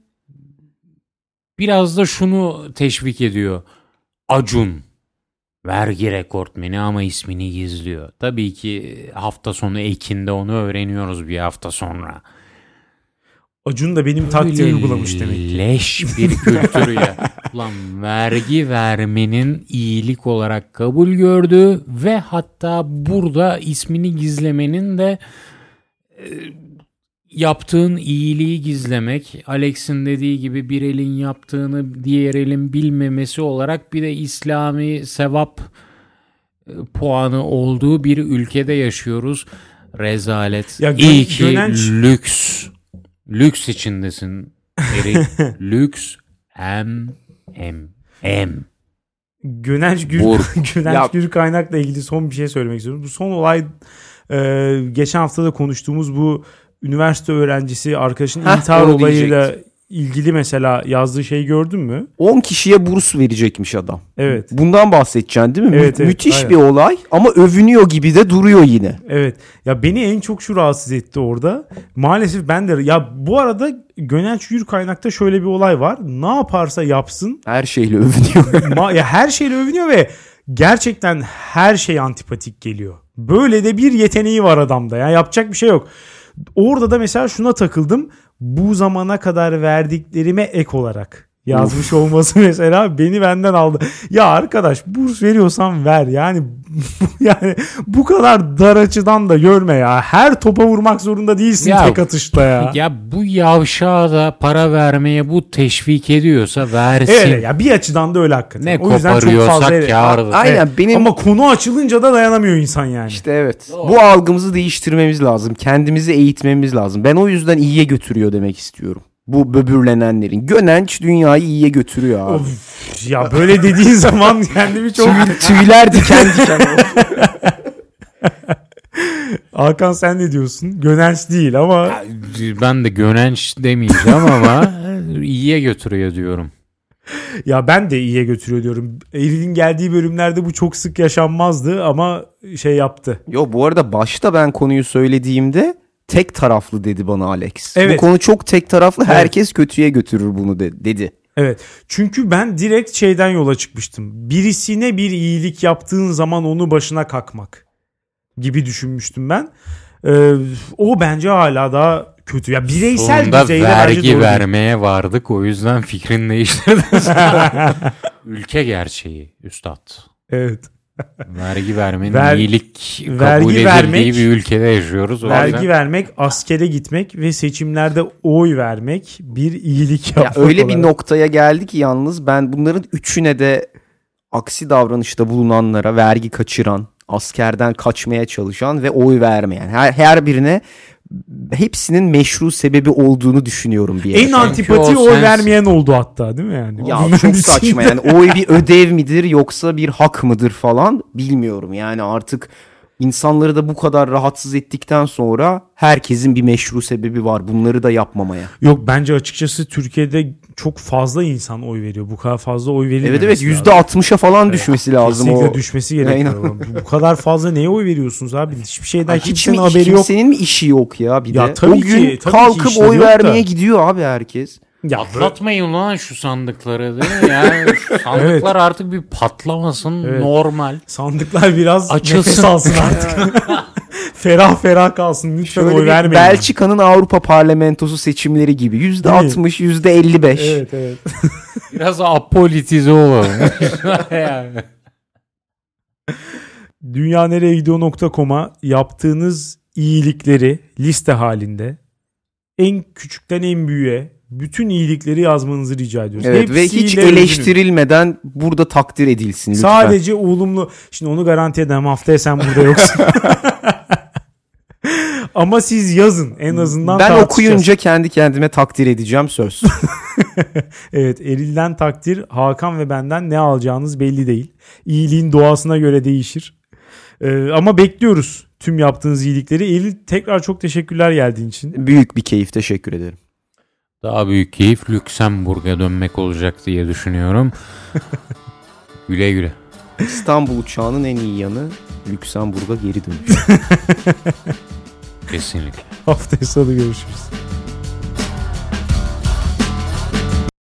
biraz da şunu teşvik ediyor. Acun. Vergi rekortmeni ama ismini gizliyor. Tabii ki hafta sonu Ekin'de onu öğreniyoruz bir hafta sonra. Acun da benim taktiği Öyle uygulamış demek ki. leş bir kültür ya. Ulan vergi vermenin iyilik olarak kabul gördüğü ve hatta burada ismini gizlemenin de e, yaptığın iyiliği gizlemek, Alex'in dediği gibi bir elin yaptığını diğer elin bilmemesi olarak bir de İslami sevap e, puanı olduğu bir ülkede yaşıyoruz. Rezalet. Ya gö- İyi ki Gönenç- lüks. Lüks içindesin. Erik. Lüks. M. M. M. Gönenç Gür, Vur. Gönenç Ya- Gür kaynakla ilgili son bir şey söylemek istiyorum. Bu son olay e, geçen hafta da konuştuğumuz bu üniversite öğrencisi arkadaşının Heh, intihar onu olayıyla diyecektim. ilgili mesela yazdığı şeyi gördün mü? on kişiye burs verecekmiş adam. Evet. Bundan bahsedeceksin değil mi? Evet, Mü- evet, müthiş aynen. bir olay ama övünüyor gibi de duruyor yine. Evet. Ya beni en çok şu rahatsız etti orada. Maalesef ben de ya bu arada Gönenç Gür kaynakta şöyle bir olay var. Ne yaparsa yapsın Her şeyle övünüyor. ma- ya her şeyle övünüyor ve gerçekten her şey antipatik geliyor. Böyle de bir yeteneği var adamda. Ya yapacak bir şey yok. Orada da mesela şuna takıldım. Bu zamana kadar verdiklerime ek olarak yazmış olması mesela beni benden aldı. Ya arkadaş burs veriyorsan ver. Yani yani bu kadar dar açıdan da görme ya. Her topa vurmak zorunda değilsin Ya- tek atışta ya. Ya bu yavşağa da para vermeye bu teşvik ediyorsa versin. Evet ya bir açıdan da öyle hakikaten. Ne O yüzden çok fazla koparıyorsak evet. kârdır. Aynen Evet. benim Ama konu açılınca da dayanamıyor insan yani. işte evet. Bu algımızı değiştirmemiz lazım. Kendimizi eğitmemiz lazım. Ben o yüzden iyiye götürüyor demek istiyorum. Bu böbürlenenlerin. Gönenç dünyayı iyiye götürüyor abi. Of, ya böyle dediğin zaman kendimi çok... Tüy- tüyler diken diken. Hakan sen ne diyorsun? Gönenç değil ama Ben de gönenç demeyeceğim ama iyiye götürüyor diyorum. ya ben de iyiye götürüyor diyorum. Eylül'ün geldiği bölümlerde bu çok sık yaşanmazdı ama şey yaptı. Yo bu arada başta ben konuyu söylediğimde tek taraflı dedi bana Alex. Evet. Bu konu çok tek taraflı. Herkes kötüye götürür bunu de- dedi. Evet. Çünkü ben direkt şeyden yola çıkmıştım. Birisine bir iyilik yaptığın zaman onu başına kakmak gibi düşünmüştüm ben. Ee, o bence hala daha kötü. Ya bireysel Sonunda düzeyde bence vergi doğru değil. vermeye vardık. O yüzden fikrini değiştirdin. Ülke gerçeği üstad. Evet. Vergi vermenin Ver- iyilik kabul vergi edildiği vermek- bir ülkede yaşıyoruz. O Vergi yüzden- vermek, askere gitmek ve seçimlerde oy vermek bir iyilik Ya yapmak öyle olarak. bir noktaya geldi ki yalnız ben bunların üçüne de aksi davranışta bulunanlara, vergi kaçıran, askerden kaçmaya çalışan ve oy vermeyen her, her birine hepsinin meşru sebebi olduğunu düşünüyorum bir yere. En antipati oy sensin. vermeyen oldu hatta, değil mi yani? Ya Bunların çok içinde. saçma yani. Oy bir ödev midir yoksa bir hak mıdır falan bilmiyorum. Yani artık insanları da bu kadar rahatsız ettikten sonra herkesin bir meşru sebebi var bunları da yapmamaya. Yok, bence açıkçası Türkiye'de çok fazla insan oy veriyor. Bu kadar fazla oy verilmemesi Evet evet lazım. yüzde altmışa falan Evet, düşmesi lazım kesinlikle o. düşmesi gerekiyor. bu, bu kadar fazla neye oy veriyorsunuz abi? Hiçbir şeyden Ay, hiç kimsenin mi, haberi yok. kimsenin mi işi yok ya bir Ya de? tabii o gün ki, tabii kalkıp ki işleri oy yok da. vermeye gidiyor abi herkes. Ya Patlatmayın lan şu sandıkları değil mi? Yani şu sandıklar Evet. artık bir patlamasın, Evet. normal. sandıklar biraz Açılsın. nefes alsın artık. ferah ferah kalsın. Lütfen Şöyle oy bir vermeyin. Belçika'nın Avrupa Parlamentosu seçimleri gibi yüzde altmış yüzde elli beş. Evet evet. Biraz apolitize olalım. Yani. dünya nereye gidiyor nokta com'a yaptığınız iyilikleri liste halinde en küçükten en büyüğe bütün iyilikleri yazmanızı rica ediyoruz. Evet ve hiç Hepsiyle övünün. eleştirilmeden burada takdir edilsin lütfen. Sadece olumlu. Şimdi onu garanti edemem, haftaya sen burada yoksun. Ama siz yazın en azından Ben tartışacağız. okuyunca kendi kendime takdir edeceğim söz. Evet, Eril'den takdir, Hakan ve benden ne alacağınız belli değil. İyiliğin doğasına göre değişir. Ee, ama bekliyoruz tüm yaptığınız iyilikleri. Eril, tekrar çok teşekkürler geldiğin için. Büyük bir keyif, teşekkür ederim. Daha büyük keyif Lüksemburg'a dönmek olacak diye düşünüyorum. Güle güle. İstanbul uçağının en iyi yanı Lüksemburg'a geri dönüş. Kesinlikle. Haftaya salı görüşürüz.